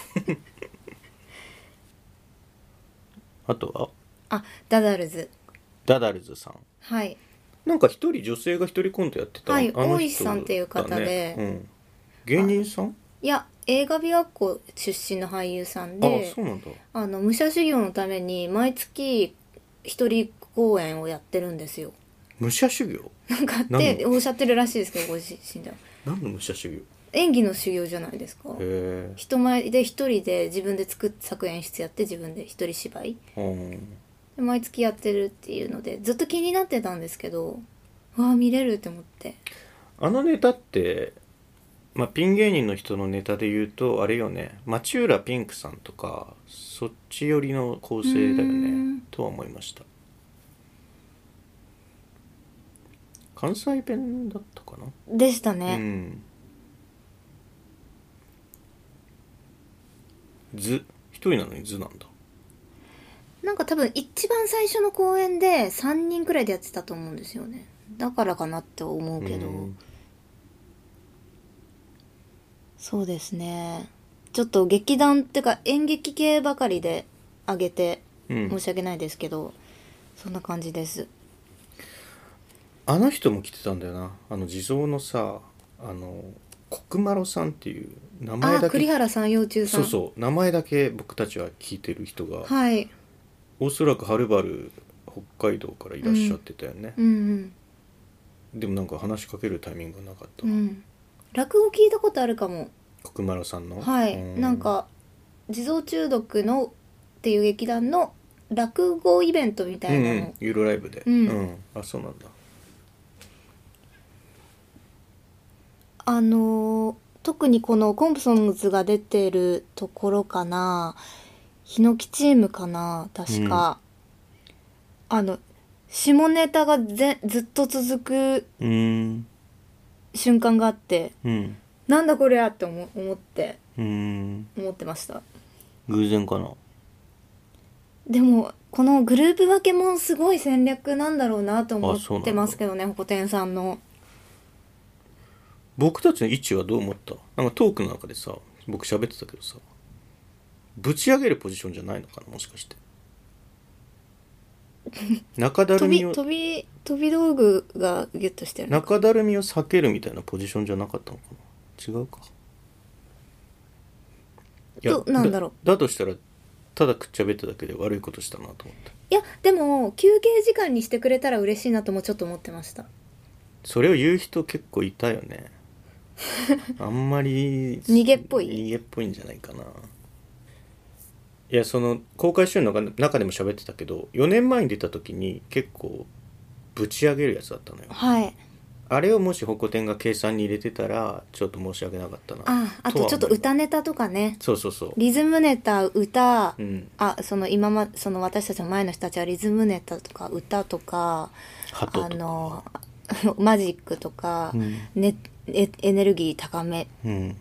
Speaker 1: あとは
Speaker 2: あダダルズ
Speaker 1: ダダルズさん。
Speaker 2: はい
Speaker 1: なんか一人女性が一人コントやってた。
Speaker 2: はい
Speaker 1: あの人
Speaker 2: 大石さんっていう方で
Speaker 1: だねうん、芸人さん？
Speaker 2: いや映画美学校出身の俳優さん
Speaker 1: あ
Speaker 2: で
Speaker 1: そうなんだ。
Speaker 2: あの武者修行のために毎月一人公演をやってるんですよ。
Speaker 1: 武者修行？
Speaker 2: なんかっ
Speaker 1: 何の
Speaker 2: ておっしゃってるらしいですけどご自身では
Speaker 1: 何の武者修行？
Speaker 2: 演技の修行じゃないですか。
Speaker 1: へえ。
Speaker 2: 人前で一人で自分で作っ作演出やって自分で一人芝居
Speaker 1: うん
Speaker 2: で毎月やってるっていうのでずっと気になってたんですけどわあ見れるって思って。
Speaker 1: あのネタってまあピン芸人の人のネタで言うとあれよね、町浦ピンクさんとかそっち寄りの構成だよ
Speaker 2: うー
Speaker 1: ね
Speaker 2: ん
Speaker 1: とは思いました。関西弁だったかな。う
Speaker 2: でしたね、
Speaker 1: ん。図一人なのに図なんだ。
Speaker 2: なんか多分一番最初の公演でさんにんくらいでやってたと思うんですよね。だからかなって思うけど、
Speaker 1: うん
Speaker 2: そうですねちょっと劇団ってか演劇系ばかりで上げて
Speaker 1: うん
Speaker 2: 申し訳ないですけど、そんな感じです。
Speaker 1: あの人も来てたんだよな。あの地蔵のさ、あの国丸さんっていう名前
Speaker 2: あ
Speaker 1: だけ
Speaker 2: 栗原さん幼虫さん
Speaker 1: そうそう名前だけ僕たちは聞いてる人が、
Speaker 2: はい
Speaker 1: おそらくはるばる北海道からいらっしゃってたよね、
Speaker 2: うん
Speaker 1: でもなんか話しかけるタイミングがなかったわ、
Speaker 2: うんうん落語聞いたことあるかも。
Speaker 1: 国丸さんの
Speaker 2: はい
Speaker 1: うん
Speaker 2: なんか地蔵中毒のっていう劇団の落語イベントみた
Speaker 1: うんう
Speaker 2: いなの、
Speaker 1: んユーロライブで
Speaker 2: うん
Speaker 1: あそうなんだ。
Speaker 2: あのー特にこのコンプソンズが出てるところかなヒノキチームかな確か、あの下ネタがぜずっと続く
Speaker 1: うーん
Speaker 2: 瞬間があって、
Speaker 1: うん
Speaker 2: なんだこれやって思思って
Speaker 1: うーん
Speaker 2: 思ってました。
Speaker 1: 偶然かな。
Speaker 2: でもこのグループ分けもすごい戦略なんだろうなと思
Speaker 1: あそうなんだ
Speaker 2: ってますけどね、ホコ天さんの。
Speaker 1: 僕たちの位置はどう思った？なんかトークの中でさ、僕喋ってたけどさ、ぶち上げるポジションじゃないのかな、もしかして。中だる
Speaker 2: 飛
Speaker 1: みを
Speaker 2: び飛び飛び道具がゲットしてるのか。
Speaker 1: 中だるみを避けるみたいなポジションじゃなかったのかな。違うか。いや
Speaker 2: どなんだろう
Speaker 1: だ。だとしたらただくっちゃべっただけで悪いことしたなと思って。
Speaker 2: いやでも休憩時間にしてくれたら嬉しいなともちょっと思ってました。
Speaker 1: それを言う人結構いたよね。あんまり
Speaker 2: 逃げっぽい
Speaker 1: 逃げっぽいんじゃないかな。いや、その公開収録の中でも喋ってたけど、よねんまえに出た時に結構ぶち上げるやつだったのよ。
Speaker 2: はい
Speaker 1: あれをもしホコ天が計算に入れてたらちょっと申し訳なかったな。
Speaker 2: ああとちょっと歌ネタとかね、
Speaker 1: そうそうそう。
Speaker 2: リズムネタ歌、
Speaker 1: うん、
Speaker 2: あその今まその私たちの前の人たちはリズムネタとか歌とか
Speaker 1: ハトとか
Speaker 2: あのマジックとか、
Speaker 1: うん
Speaker 2: ね、エエネルギー高め
Speaker 1: うん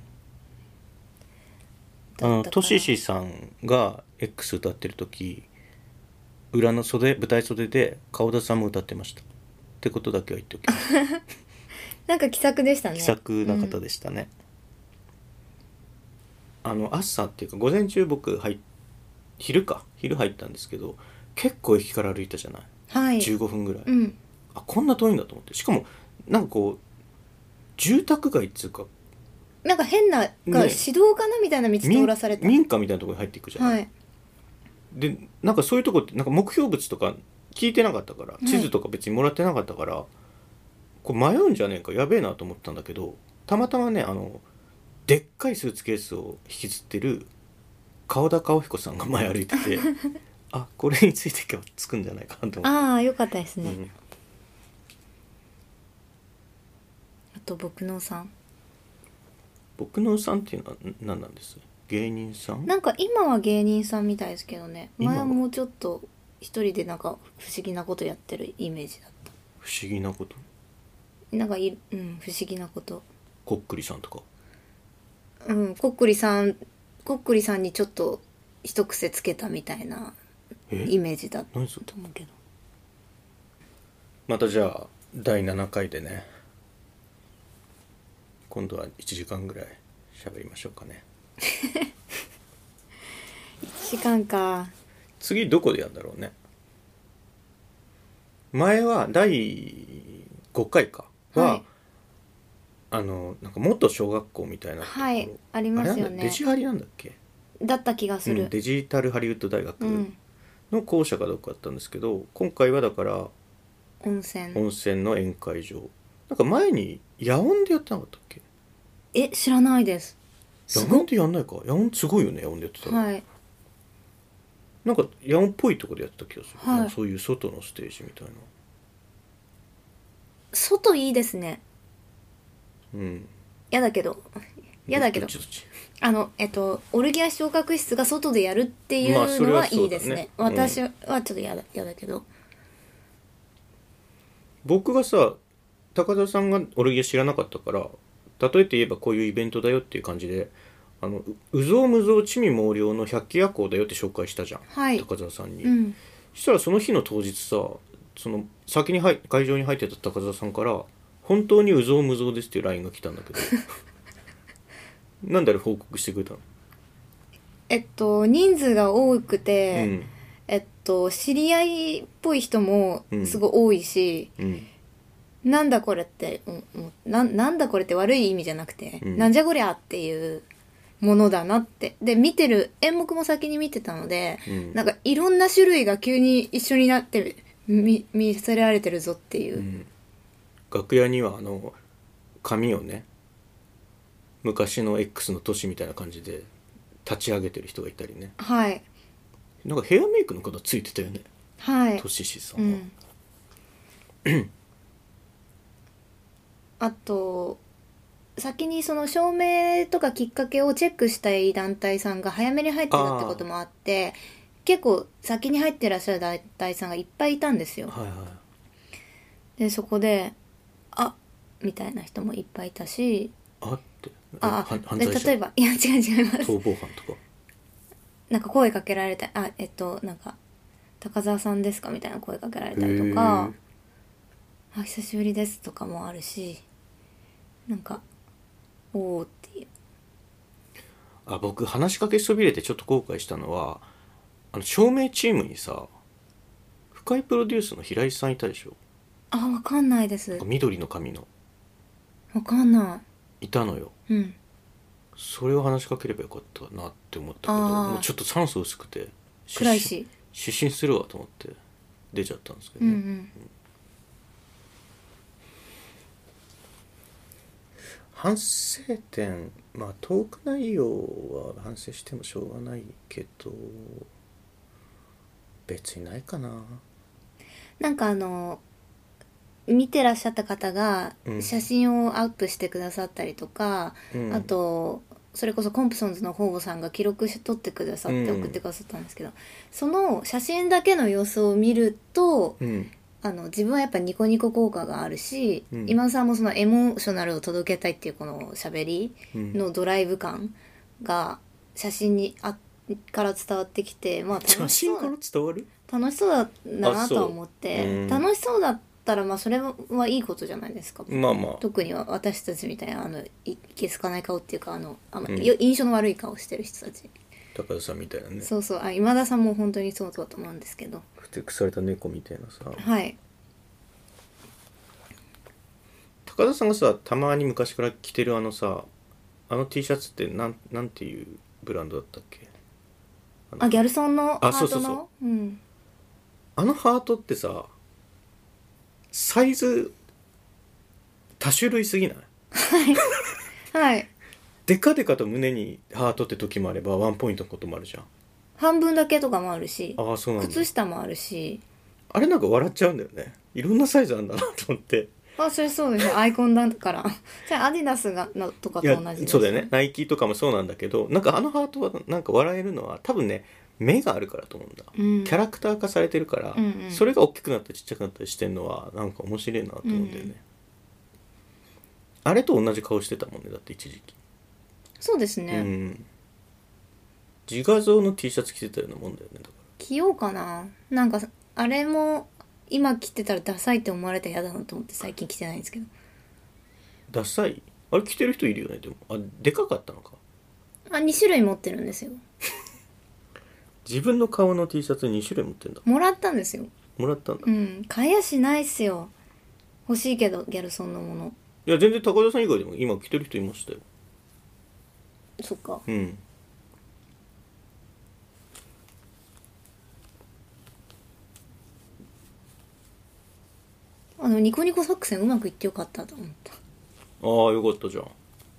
Speaker 1: あ
Speaker 2: だったから
Speaker 1: のトシシさんが X 歌ってる時、裏の袖舞台袖で顔田さんも歌ってましたってことだけは言っておきます
Speaker 2: なんか気さくでしたね。
Speaker 1: 気さくな方でしたね、うん、あの朝っていうか午前中僕入っ昼か昼入ったんですけど、結構駅から歩いたじゃない、
Speaker 2: はい、
Speaker 1: じゅうごふんぐらい、
Speaker 2: うん、
Speaker 1: あこんな遠いんだと思って、しかもなんかこう住宅街っていうか
Speaker 2: なんか変な、が市道かなみたいな道通らされた。
Speaker 1: 民家みたいなところに入っていくじゃない、
Speaker 2: はい、
Speaker 1: でなんかそういうとこってなんか目標物とか聞いてなかったから、
Speaker 2: い
Speaker 1: 地図とか別にもらってなかったからこれ迷うんじゃねえかやべえなと思ったんだけど、たまたまねあのでっかいスーツケースを引きずってる川田顔彦さんが前歩いててあこれについていけばつくんじゃないかなと思って、
Speaker 2: ああよかったですね、
Speaker 1: うん、
Speaker 2: あと僕のさん
Speaker 1: 僕のさんっていうのは何なんです？芸人さん？
Speaker 2: なんか今は芸人さんみたいですけどね、
Speaker 1: 今は
Speaker 2: 前はもうちょっと一人でなんか不思議なことやってるイメージだっ
Speaker 1: 不思議なこと
Speaker 2: た。なんかいうん不思議なこと、
Speaker 1: こっくりさんとか。
Speaker 2: うんこっくりさんこっくりさんにちょっと一癖つけたみたいな
Speaker 1: え
Speaker 2: イメージだと
Speaker 1: 何それ。
Speaker 2: 思うけど、
Speaker 1: またじゃあだいななかいでね、今度はいちじかんぐらい喋りましょうかね。
Speaker 2: いちじかんか。
Speaker 1: 次どこでやるんだろうね。前はだいごかいかは、
Speaker 2: はい
Speaker 1: あのなんか元小学校みたいなところ、
Speaker 2: はいありますよ
Speaker 1: あれなんだ
Speaker 2: ね
Speaker 1: デジハリなんだっけ、
Speaker 2: だった気がする、
Speaker 1: うん、デジタルハリウッド大学
Speaker 2: うん
Speaker 1: の校舎かどうかだったんですけど、今回はだから
Speaker 2: 温泉
Speaker 1: 温泉の宴会場、なんか前に野音でやってなかったっけ。
Speaker 2: え知らないです。す
Speaker 1: 野
Speaker 2: ご
Speaker 1: 音ってやんないか、野音すごいよね、野音でやってたら、
Speaker 2: はい
Speaker 1: なんか野音っぽいところでやってた気がする、
Speaker 2: はい
Speaker 1: なんかそういう外のステージみたいな。
Speaker 2: 外いいですね。
Speaker 1: うん
Speaker 2: やだけどやだけど
Speaker 1: どっちどっち
Speaker 2: あのえっとオルギア昇格室が外でやるっていう
Speaker 1: まあそれ
Speaker 2: の
Speaker 1: はそうだね
Speaker 2: はいいですね、
Speaker 1: うん
Speaker 2: 私はちょっとやだやだけど、
Speaker 1: 僕がさ高田さんがオルギア知らなかったから、例えて言えばこういうイベントだよっていう感じで、あのうぞうむぞう地味猛量の百鬼夜行だよって紹介したじゃん、
Speaker 2: はい
Speaker 1: 高田さんに、
Speaker 2: うん
Speaker 1: そしたらその日の当日さ、その先に入会場に入ってた高田さんから本当にうぞうむぞうですっていう ライン が来たんだけどなんであれ報告してくれたの？
Speaker 2: えっと人数が多くて、
Speaker 1: うん
Speaker 2: えっと知り合いっぽい人もすごい多いし、
Speaker 1: うん
Speaker 2: なんだこれってうんうんななんだこれって悪い意味じゃなくて、
Speaker 1: うん
Speaker 2: なんじゃこりゃっていうものだなって、で見てる演目も先に見てたので、
Speaker 1: うん
Speaker 2: なんかいろんな種類が急に一緒になって見見せられてるぞっていうう、
Speaker 1: ん楽屋にはあの髪をね昔の X の都市みたいな感じで立ち上げてる人がいたりね、
Speaker 2: はい
Speaker 1: なんかヘアメイクの方ついてたよね、
Speaker 2: はい
Speaker 1: トシシさ
Speaker 2: うん
Speaker 1: は、
Speaker 2: んあと先にその証明とかきっかけをチェックしたい団体さんが早めに入ってたってこともあって結構先に入ってらっしゃる団体さんがいっぱいいたんですよ。
Speaker 1: はいはい。
Speaker 2: でそこであみたいな人もいっぱいいたし
Speaker 1: あって
Speaker 2: あ
Speaker 1: は犯
Speaker 2: で
Speaker 1: 罪者
Speaker 2: 例えばいや違う違います
Speaker 1: 逃亡犯とか
Speaker 2: なんか声かけられたあえっとなんか高澤さんですかみたいな声かけられたりとかあ久しぶりですとかもあるしなんかおおっていう
Speaker 1: あ僕話しかけそびれてちょっと後悔したのはあの照明チームにさ深井プロデュースの平井さんいたでしょ。
Speaker 2: あわかんないです
Speaker 1: 緑の髪の
Speaker 2: わかんない
Speaker 1: たのよ。
Speaker 2: うん
Speaker 1: それを話しかければよかったなって思ったけど
Speaker 2: あー
Speaker 1: もうちょっと酸素薄くて
Speaker 2: 暗いし
Speaker 1: 失神するわと思って出ちゃったんですけどね、
Speaker 2: うんうん
Speaker 1: 反省点まあトーク内容は反省してもしょうがないけど別にないかな。
Speaker 2: なんかあの見てらっしゃった方が
Speaker 1: うん
Speaker 2: 写真をアップしてくださったりとか、
Speaker 1: うん
Speaker 2: あとそれこそコンプソンズの方々さんが記録し撮ってくださって
Speaker 1: うん
Speaker 2: 送ってくださったんですけど、その写真だけの様子を見ると
Speaker 1: うん
Speaker 2: あの自分はやっぱニコニコ効果があるし、
Speaker 1: うん
Speaker 2: 今田さんもそのエモーショナルを届けたいっていうこの喋りのドライブ感が写真にあから伝わってきて、まあ
Speaker 1: 写
Speaker 2: 楽しそう
Speaker 1: 真から伝わる
Speaker 2: 楽しそうだな
Speaker 1: あそう
Speaker 2: とは思って、
Speaker 1: うん
Speaker 2: 楽しそうだったらまあそれはいいことじゃないですか。
Speaker 1: まあまあ
Speaker 2: 特には私たちみたいなあのいいけすかない顔っていうかあのあんま、
Speaker 1: うん
Speaker 2: よ印象の悪い顔してる人たち、
Speaker 1: 高田さんみたいなね
Speaker 2: そうそうあ今田さんも本当にそうだと思うんですけど
Speaker 1: ふてくされた猫みたいなさ
Speaker 2: はい
Speaker 1: 高田さんがさたまに昔から着てるあのさあの T シャツってなんなんていうブランドだったっけ。あの
Speaker 2: あギャルソンのハートの
Speaker 1: あそうそうそ
Speaker 2: うん
Speaker 1: あのハートってさサイズ多種類すぎない。
Speaker 2: はい
Speaker 1: デカデカと胸にハートって時もあればワンポイントのこともあるじゃん。
Speaker 2: 半分だけとかもあるし
Speaker 1: ああそうなんだ。
Speaker 2: 靴下もあるし
Speaker 1: あれなんか笑っちゃうんだよね。いろんなサイズあるんだなと思って。
Speaker 2: あそれそうですよアイコンだからじゃあアディダスがのとか
Speaker 1: いや
Speaker 2: と同じです
Speaker 1: そうだよね。ナイキとかもそうなんだけどなんかあのハートはなんか笑えるのは多分ね目があるからと思うんだ、
Speaker 2: うん
Speaker 1: キャラクター化されてるから、
Speaker 2: うんうん
Speaker 1: それが大きくなったりちっちゃくなったりしてるのはなんか面白いなと思うんだよね、
Speaker 2: うん
Speaker 1: あれと同じ顔してたもんねだって一時期、
Speaker 2: そうですね、
Speaker 1: うん自画像の T シャツ着てたようなもんだよねだか
Speaker 2: 着ようかななんかあれも今着てたらダサいって思われたら嫌だなと思って最近着てないんですけど
Speaker 1: らダサいあれ着てる人いるよね。でもあでかかったのか。
Speaker 2: あに種類持ってるんですよ
Speaker 1: 自分の顔の T シャツに種類持ってんだ。
Speaker 2: もらったんですよ
Speaker 1: もらったんだ、い
Speaker 2: うん買いやしないっすよ欲しいけどギャルソンのもの
Speaker 1: や全然高田さん以外でも今着てる人いましたよ。
Speaker 2: そっか
Speaker 1: うん
Speaker 2: あのニコニコ作戦うまくいってよかったと思った
Speaker 1: ああよかったじゃん。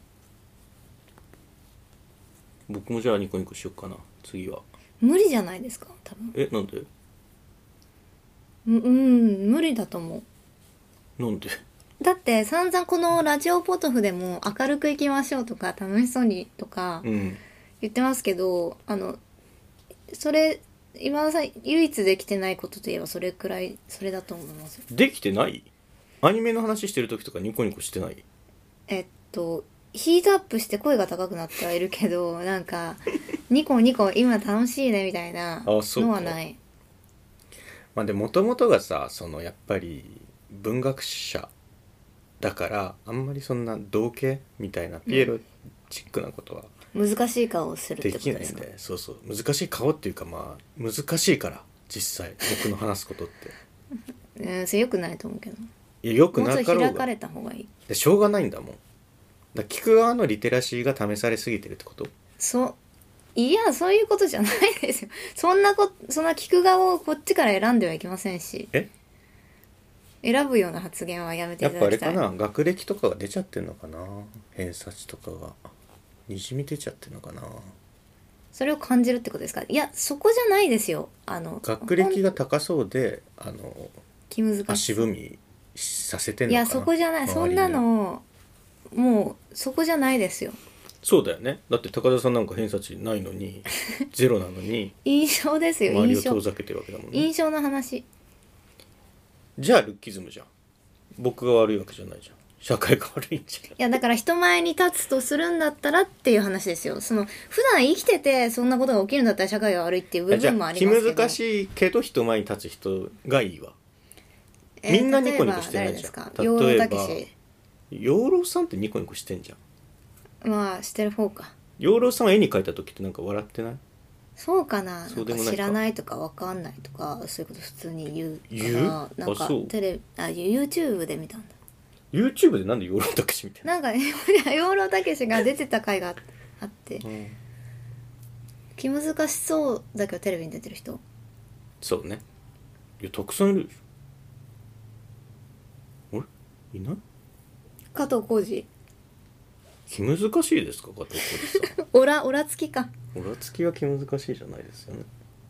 Speaker 1: 僕もじゃあニコニコしよっかな次は。
Speaker 2: 無理じゃないですか多分
Speaker 1: えなんで
Speaker 2: ううん無理だと思う
Speaker 1: なんで
Speaker 2: だって散々このラジオポトフでも明るくいきましょうとか楽しそうにとか
Speaker 1: うん
Speaker 2: 言ってますけど、あのそれ今田さん唯一できてないことといえばそれくらいそれだと思いますよ。
Speaker 1: できてない。アニメの話してる時とかニコニコしてない。
Speaker 2: えっとヒートアップして声が高くなってはいるけどなんかニコニコ今楽しいねみたいな
Speaker 1: あそうか
Speaker 2: のはない。
Speaker 1: まあでもともとがさそのやっぱり文学者だからあんまりそんな道化みたいなピエロチックなことは
Speaker 2: 難しい顔をするって
Speaker 1: で
Speaker 2: ことですか。
Speaker 1: きないんで、そうそう難しい顔っていうかまあ難しいから実際僕の話すことって
Speaker 2: うんそれ良くないと思うけど
Speaker 1: いやよく
Speaker 2: もうちょ
Speaker 1: なかろうが
Speaker 2: い開かれた方がいい。
Speaker 1: でしょうがないんだもん。だから聞く側のリテラシーが試されすぎてるってこと。
Speaker 2: そういやそういうことじゃないですよ。そんなこそんな聞く側をこっちから選んではいけませんし
Speaker 1: え
Speaker 2: 選ぶような発言はやめてい
Speaker 1: やったぱあれ
Speaker 2: だきたい。
Speaker 1: かな学歴とかが出ちゃってんのかな偏差値とかがにじみ出ちゃってんのかな。
Speaker 2: それを感じるってことですか。いやそこじゃないですよ。あの
Speaker 1: 学歴が
Speaker 2: ほん
Speaker 1: 高そうであの
Speaker 2: 気難しい
Speaker 1: 足踏みさせてんのかな。
Speaker 2: いやそこじゃないそんな
Speaker 1: 周りに
Speaker 2: のもうそこじゃないですよ。
Speaker 1: そうだよね。だって高田さんなんか偏差値ないのにゼロなのに
Speaker 2: 印象ですよ。
Speaker 1: 周りを
Speaker 2: 印象
Speaker 1: 遠ざけてるわけだもんね。
Speaker 2: 印象の話。
Speaker 1: じゃあルッキズムじゃん。僕が悪いわけじゃないじゃん。社会が悪いんじゃん。
Speaker 2: いやだから人前に立つとするんだったらっていう話ですよ。その普段生きててそんなことが起きるんだったら社会が悪いっていう部分もありますけど。
Speaker 1: じゃあ気難しいけど人前に立つ人がいいわ。
Speaker 2: えー
Speaker 1: みんなニコニコしてないじゃん。
Speaker 2: 例えば誰ですか？
Speaker 1: 例
Speaker 2: 養老
Speaker 1: えば
Speaker 2: たけし。
Speaker 1: 養老さんってニコニコしてんじゃん。
Speaker 2: まあしてる方か。
Speaker 1: 養老さんは絵に描いた時ってなんか笑ってない？
Speaker 2: そうかな。
Speaker 1: そうでもないか。
Speaker 2: なんか知らないとかわかんないとかそういうこと普通に言うから。
Speaker 1: 言う？
Speaker 2: なんか
Speaker 1: あそう
Speaker 2: テレビあ YouTube で見たんだ。
Speaker 1: YouTube でなんで養老たけしみたいな。
Speaker 2: なんかね養老たけしが出てた回があって
Speaker 1: うん
Speaker 2: 気難しそうだけどテレビに出てる人。
Speaker 1: そうね。いやたくさんいるでしょ。あれいない？
Speaker 2: 加藤浩次。
Speaker 1: 気難しいですか加藤浩次さん。
Speaker 2: オラオラつきか。
Speaker 1: オラつきは気難しいじゃないですよね。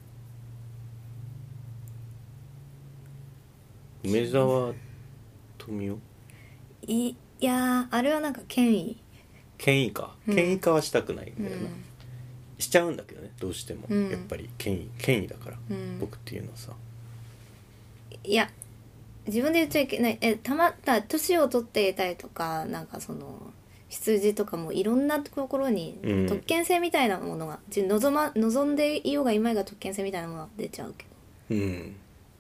Speaker 1: 梅沢富美男。
Speaker 2: いいやーあれはなんか権威。
Speaker 1: 権威か、
Speaker 2: うん
Speaker 1: 権威化はしたくないんだよな、
Speaker 2: うん
Speaker 1: しちゃうんだけどねどうしても、
Speaker 2: うん
Speaker 1: やっぱり権威権威だから、
Speaker 2: うん
Speaker 1: 僕っていうのはさ。
Speaker 2: いや自分で言っちゃいけない。えたまった年を取っていたりとかなんかその羊とかもいろんなところに
Speaker 1: うん
Speaker 2: 特権性みたいなものが、じ望ま望んでいようがいまいが特権性みたいなものが出ちゃうけ
Speaker 1: うん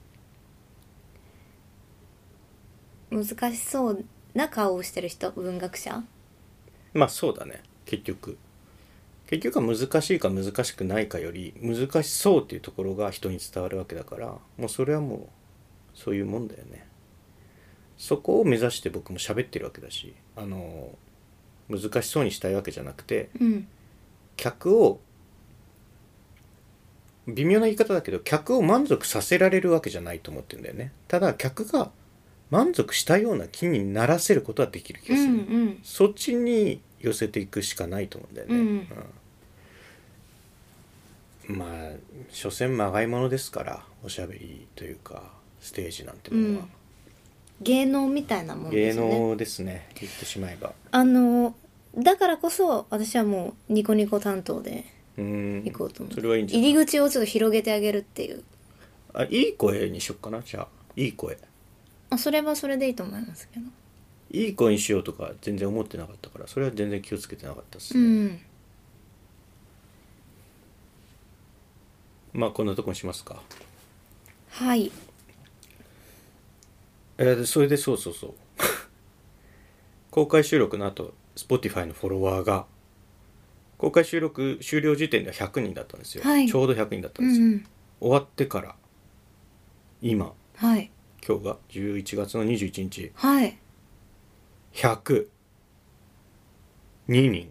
Speaker 2: ど難しそうな顔をしてる人文学者。
Speaker 1: まあそうだね。結局結局は難しいか難しくないかより難しそうっていうところが人に伝わるわけだから、もうそれはもうそういうもんだよね。そこを目指して僕も喋ってるわけだし、あの難しそうにしたいわけじゃなくて、
Speaker 2: うん
Speaker 1: 客を微妙な言い方だけど客を満足させられるわけじゃないと思ってるんだよね。ただ客が満足したような気にならせることはできる気
Speaker 2: う
Speaker 1: がする、
Speaker 2: んうん
Speaker 1: そっちに寄せていくしかないと思うんだよね、
Speaker 2: うん
Speaker 1: うんまあ所詮まがいものですから、おしゃべりというかステージなんてものは、
Speaker 2: うん芸能みたいなもんで
Speaker 1: 芸
Speaker 2: すよね。
Speaker 1: 能ですね言ってしまえば。
Speaker 2: あのだからこそ私はもうニコニコ担当で
Speaker 1: うーん
Speaker 2: 行こうと思う。
Speaker 1: それはいいんじゃない。
Speaker 2: 入り口をちょっと広げてあげるっていう。
Speaker 1: あいい声にしよっかな。じゃあいい声
Speaker 2: あそれはそれでいいと思いますけど。
Speaker 1: いい声にしようとか全然思ってなかったから、それは全然気をつけてなかったです
Speaker 2: う
Speaker 1: ね、
Speaker 2: ん
Speaker 1: まあこんなとこにしますか。
Speaker 2: はい
Speaker 1: えー、それでそうそうそう公開収録の後 Spotify のフォロワーが公開収録終了時点ではひゃくにんだったんですよ、
Speaker 2: はい
Speaker 1: ちょうどひゃくにんだった
Speaker 2: うん
Speaker 1: ですよ、
Speaker 2: ん
Speaker 1: 終わってから今
Speaker 2: はい
Speaker 1: 今日がじゅういちがつのにじゅういちにち
Speaker 2: はい
Speaker 1: ひゃくにに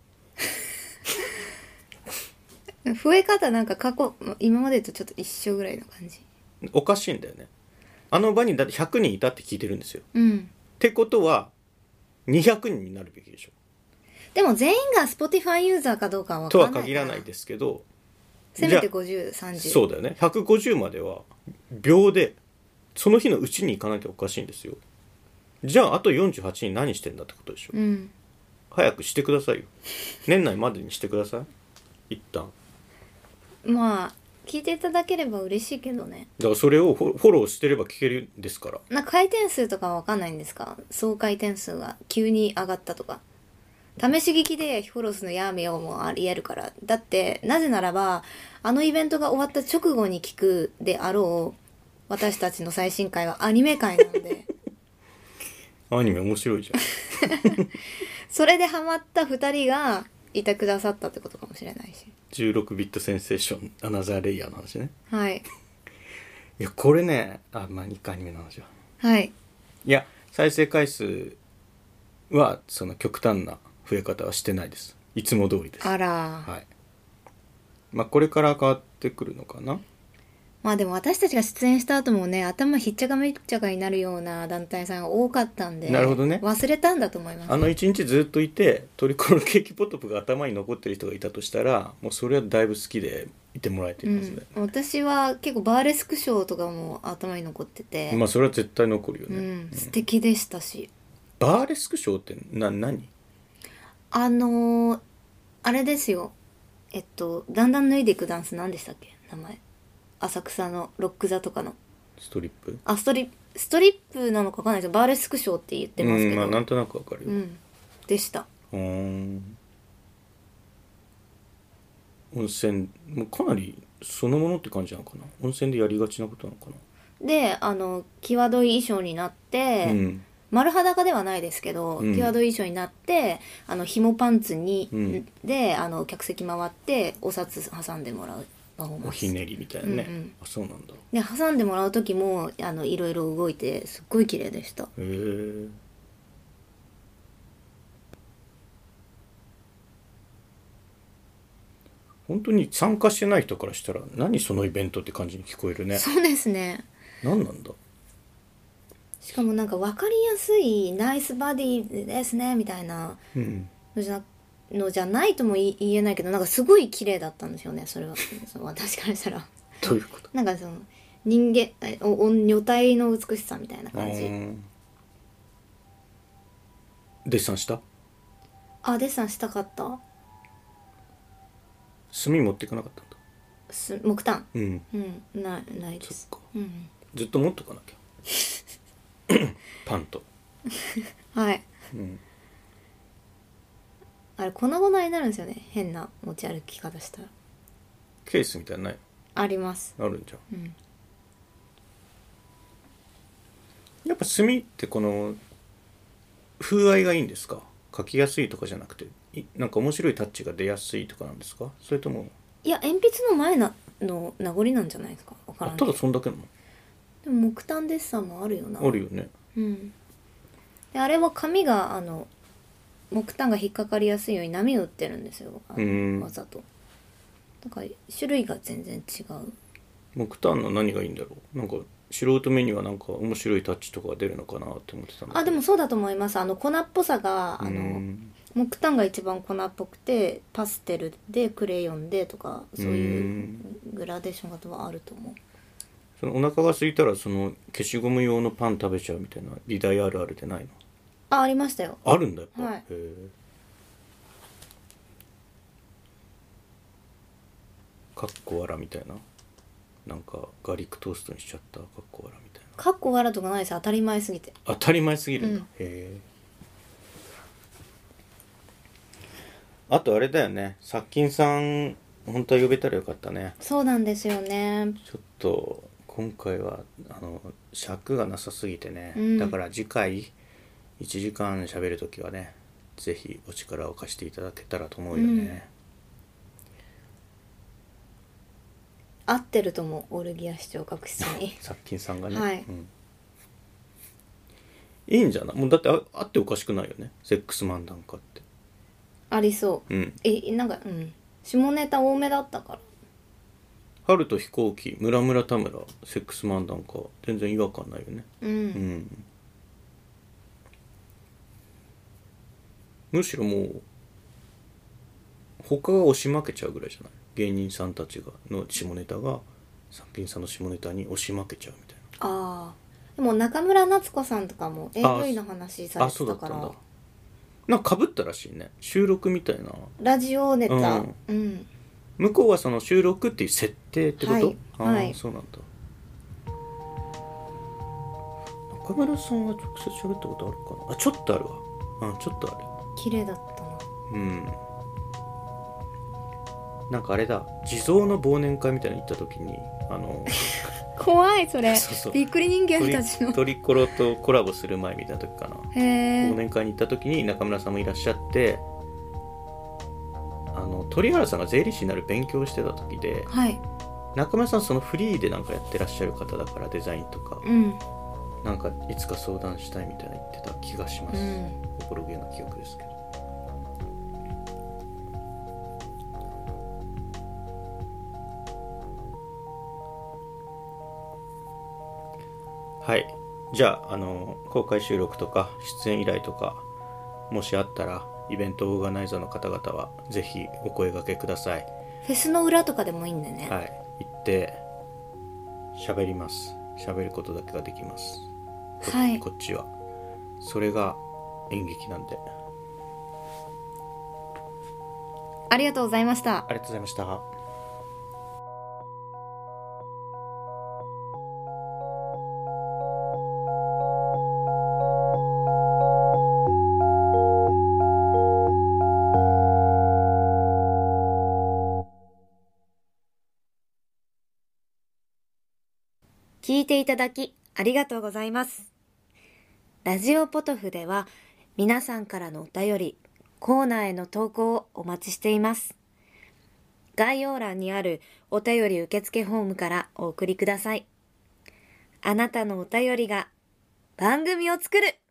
Speaker 1: ん。
Speaker 2: 増え方なんか過去今までとちょっと一緒ぐらいの感じ。
Speaker 1: おかしいんだよね。あの場にだってひゃくにんいたって聞いてるんですよ。
Speaker 2: うん
Speaker 1: ってことはにひゃくにんになるべきでしょ。
Speaker 2: でも全員が Spotify ユーザーかどうかは分
Speaker 1: とは
Speaker 2: かんない
Speaker 1: 限らないですけど、
Speaker 2: せめて
Speaker 1: じゃ
Speaker 2: ごじゅう、さんじゅう。
Speaker 1: あそうだよね。ひゃくごじゅうまでは秒でその日のうちに行かなきゃおかしいんですよ。じゃああとよんじゅうはちにん何してんだってことでしょ。
Speaker 2: うん
Speaker 1: 早くしてくださいよ。年内までにしてください。一旦。
Speaker 2: まあ聞いていただければ嬉しいけどね。
Speaker 1: だからそれをフォフォローしてれば聞けるんですから。
Speaker 2: なんか回転数とかは分かんないんですか？総回転数が急に上がったとか。試し聞きでフォローするのやめようもありえるから。だってなぜならばあのイベントが終わった直後に聞くであろう私たちの最新回はアニメ回なので
Speaker 1: アニメ面白いじゃん。
Speaker 2: それでハマったふたりがいてくださったってことかもしれないし。
Speaker 1: じゅうろくビットセンセーションアナザーレイヤーの話ね。
Speaker 2: はい
Speaker 1: いやこれね、あまあにかアニメの話は。
Speaker 2: はい
Speaker 1: いや再生回数はその極端な増え方はしてないです。いつも通りです。
Speaker 2: あら、
Speaker 1: はい。まあこれから変わってくるのかな。
Speaker 2: まあでも私たちが出演した後もね頭ひっちゃかめっちゃかになるような団体さんが多かったんで、
Speaker 1: なるほどね
Speaker 2: 忘れたんだと思います。
Speaker 1: あの一日ずっといてトリコロケーキポトプが頭に残ってる人がいたとしたら、もうそれはだいぶ好きでいてもらえて
Speaker 2: う
Speaker 1: るはずで、
Speaker 2: ん、私は結構バーレスクショーとかも頭に残ってて、
Speaker 1: まあそれは絶対残るよ
Speaker 2: う
Speaker 1: ね、
Speaker 2: ん、素敵でしたし、
Speaker 1: バーレスクショーってな何？
Speaker 2: あのー、あれですよ。えっとだんだん脱いでいくダンス何でしたっけ名前。浅草のロック座とかの
Speaker 1: ストリップ？
Speaker 2: あストリストリップなのかわかんないですよ。バーレスクショーって言ってますけど、
Speaker 1: うん、まあなんとなくわかるよ。
Speaker 2: うんでした。
Speaker 1: うーん。温泉もうかなりそのものって感じなのかな。温泉でやりがちなことなのかな。
Speaker 2: であの際どい衣装になって、
Speaker 1: うん、
Speaker 2: 丸裸ではないですけど、
Speaker 1: うん
Speaker 2: 際どい衣装になってあの紐パンツに、
Speaker 1: うん、
Speaker 2: であの客席回ってお札挟んでもらうパフォーマンス。
Speaker 1: おひねりみたいなね、
Speaker 2: うんうん、
Speaker 1: あそうなんだ。
Speaker 2: で挟んでもらう時もあのいろいろ動いてすっごい綺麗でした。
Speaker 1: へえ。本当に参加してない人からしたら何そのイベントって感じに聞こえるね。
Speaker 2: そうですね。
Speaker 1: 何なんだ。
Speaker 2: しかもなんか分かりやすいナイスバディですねみたいな
Speaker 1: うん
Speaker 2: のじゃのじゃないとも言えないけど、なんかすごい綺麗だったんですよね。それはその私からしたら
Speaker 1: どういうこと？
Speaker 2: なんかその人間おお女体の美しさみたいな感じ。
Speaker 1: うーんデッサンした？
Speaker 2: あデッサンしたかった。
Speaker 1: 墨持っていかなかったんだ。
Speaker 2: す木炭
Speaker 1: うん
Speaker 2: うんなないです。
Speaker 1: そっか、
Speaker 2: うん
Speaker 1: ずっと持っとかなきゃパンと、
Speaker 2: はい。
Speaker 1: うん、
Speaker 2: あれ粉々になるんですよね。変な持ち歩き方したら。
Speaker 1: ケースみたいなのない？
Speaker 2: あります。
Speaker 1: あるんじゃん。
Speaker 2: うん
Speaker 1: やっぱ墨ってこの風合いがいいんですか？書きやすいとかじゃなくていなんか面白いタッチが出やすいとかなんですか？それとも
Speaker 2: いや鉛筆の前なの名残なんじゃないですか。わからない。
Speaker 1: あただそんだけなの？
Speaker 2: でも木炭デッサンもあるよな。
Speaker 1: あるよね。
Speaker 2: うんであれは紙があの木炭が引っかかりやすいように波を打ってるんですよ。あの
Speaker 1: うん
Speaker 2: わざと。だから種類が全然違う。
Speaker 1: 木炭の何がいいんだろう。なんか素人目にはなんか面白いタッチとかが出るのかなって思ってたんだけど。
Speaker 2: あでもそうだと思います。あの粉っぽさがあ
Speaker 1: う
Speaker 2: の
Speaker 1: ん
Speaker 2: 木炭が一番粉っぽくてパステルでクレヨンでとかそういうグラデーションが多分あると思う。
Speaker 1: そのお腹が空いたらその消しゴム用のパン食べちゃうみたいな美大あるあるでないの？
Speaker 2: あありましたよ。
Speaker 1: あるんだやっぱ、
Speaker 2: はい
Speaker 1: へえ。かっこわらみたいな、なんかガーリックトーストにしちゃったかっこわらみたいな。
Speaker 2: かっこ笑とかないです。当たり前すぎて。
Speaker 1: 当たり前すぎるんだ、
Speaker 2: うん
Speaker 1: へえ。あとあれだよね、殺菌さん本当は呼べたらよかったね。
Speaker 2: そうなんですよね。
Speaker 1: ちょっと今回はあの尺がなさすぎてね、
Speaker 2: うん
Speaker 1: だから次回いちじかん喋るときはねぜひお力を貸していただけたらと思うよね、
Speaker 2: 合ってると思う。オルギア視聴覚室に
Speaker 1: 殺菌さんがね、
Speaker 2: はい
Speaker 1: うん、いいんじゃない？もうだってああっておかしくないよね、セックス漫談家って。
Speaker 2: ありそう。
Speaker 1: うん
Speaker 2: えなんかうん下ネタ多めだったから。
Speaker 1: 春と飛行機、村村田村、セックス漫談家、全然違和感ないよね。
Speaker 2: うん、
Speaker 1: うんむしろもう他が押し負けちゃうぐらいじゃない？芸人さんたちがの下ネタが殺菌さんの下ネタに押し負けちゃうみたい
Speaker 2: ああでも中村夏子さんとかも エーブイ の話さ
Speaker 1: な。
Speaker 2: れ
Speaker 1: あそうだ
Speaker 2: てから
Speaker 1: ったたんだ。なんか被ったらしいね、収録みたいな。
Speaker 2: ラジオネタ
Speaker 1: うん
Speaker 2: うん
Speaker 1: 向こうはその収録っていう設定ってこと？
Speaker 2: はい
Speaker 1: ああ、
Speaker 2: はい
Speaker 1: そうなんだ。中村さんは直接喋ったことあるかなあ、ちょっとあるわ。うんちょっとある。
Speaker 2: 綺麗だったな。
Speaker 1: うんなんかあれだ、地蔵の忘年会みたいなの行った時にあの
Speaker 2: 怖いそれ
Speaker 1: そうそう
Speaker 2: びっくり人間
Speaker 1: トリ
Speaker 2: たちの
Speaker 1: トリコロとコラボする前みたいな時かな、
Speaker 2: へえ
Speaker 1: 忘年会に行った時に中村さんもいらっしゃって、あの鳥原さんが税理士になる勉強をしてた時で、
Speaker 2: はい
Speaker 1: 中村さんそのフリーでなんかやってらっしゃる方だから、デザインとか、
Speaker 2: うん
Speaker 1: なんかいつか相談したいみたいな言ってた気がします、
Speaker 2: うん
Speaker 1: おぼろげな記憶ですけど。はい、じゃあ、あの公開収録とか出演依頼とかもしあったらイベントオーガナイザーの方々はぜひお声掛けください。
Speaker 2: フェスの裏とかでもいいんでね。
Speaker 1: はい、行って喋ります。喋ることだけができます。こ
Speaker 2: はい
Speaker 1: こっちはそれが演劇なんで。
Speaker 2: ありがとうございました。
Speaker 1: ありがとうございました。
Speaker 2: 聞いていただきありがとうございます。ラジオポトフでは皆さんからのお便り、コーナーへの投稿をお待ちしています。概要欄にあるお便り受付フォームからお送りください。あなたのお便りが番組を作る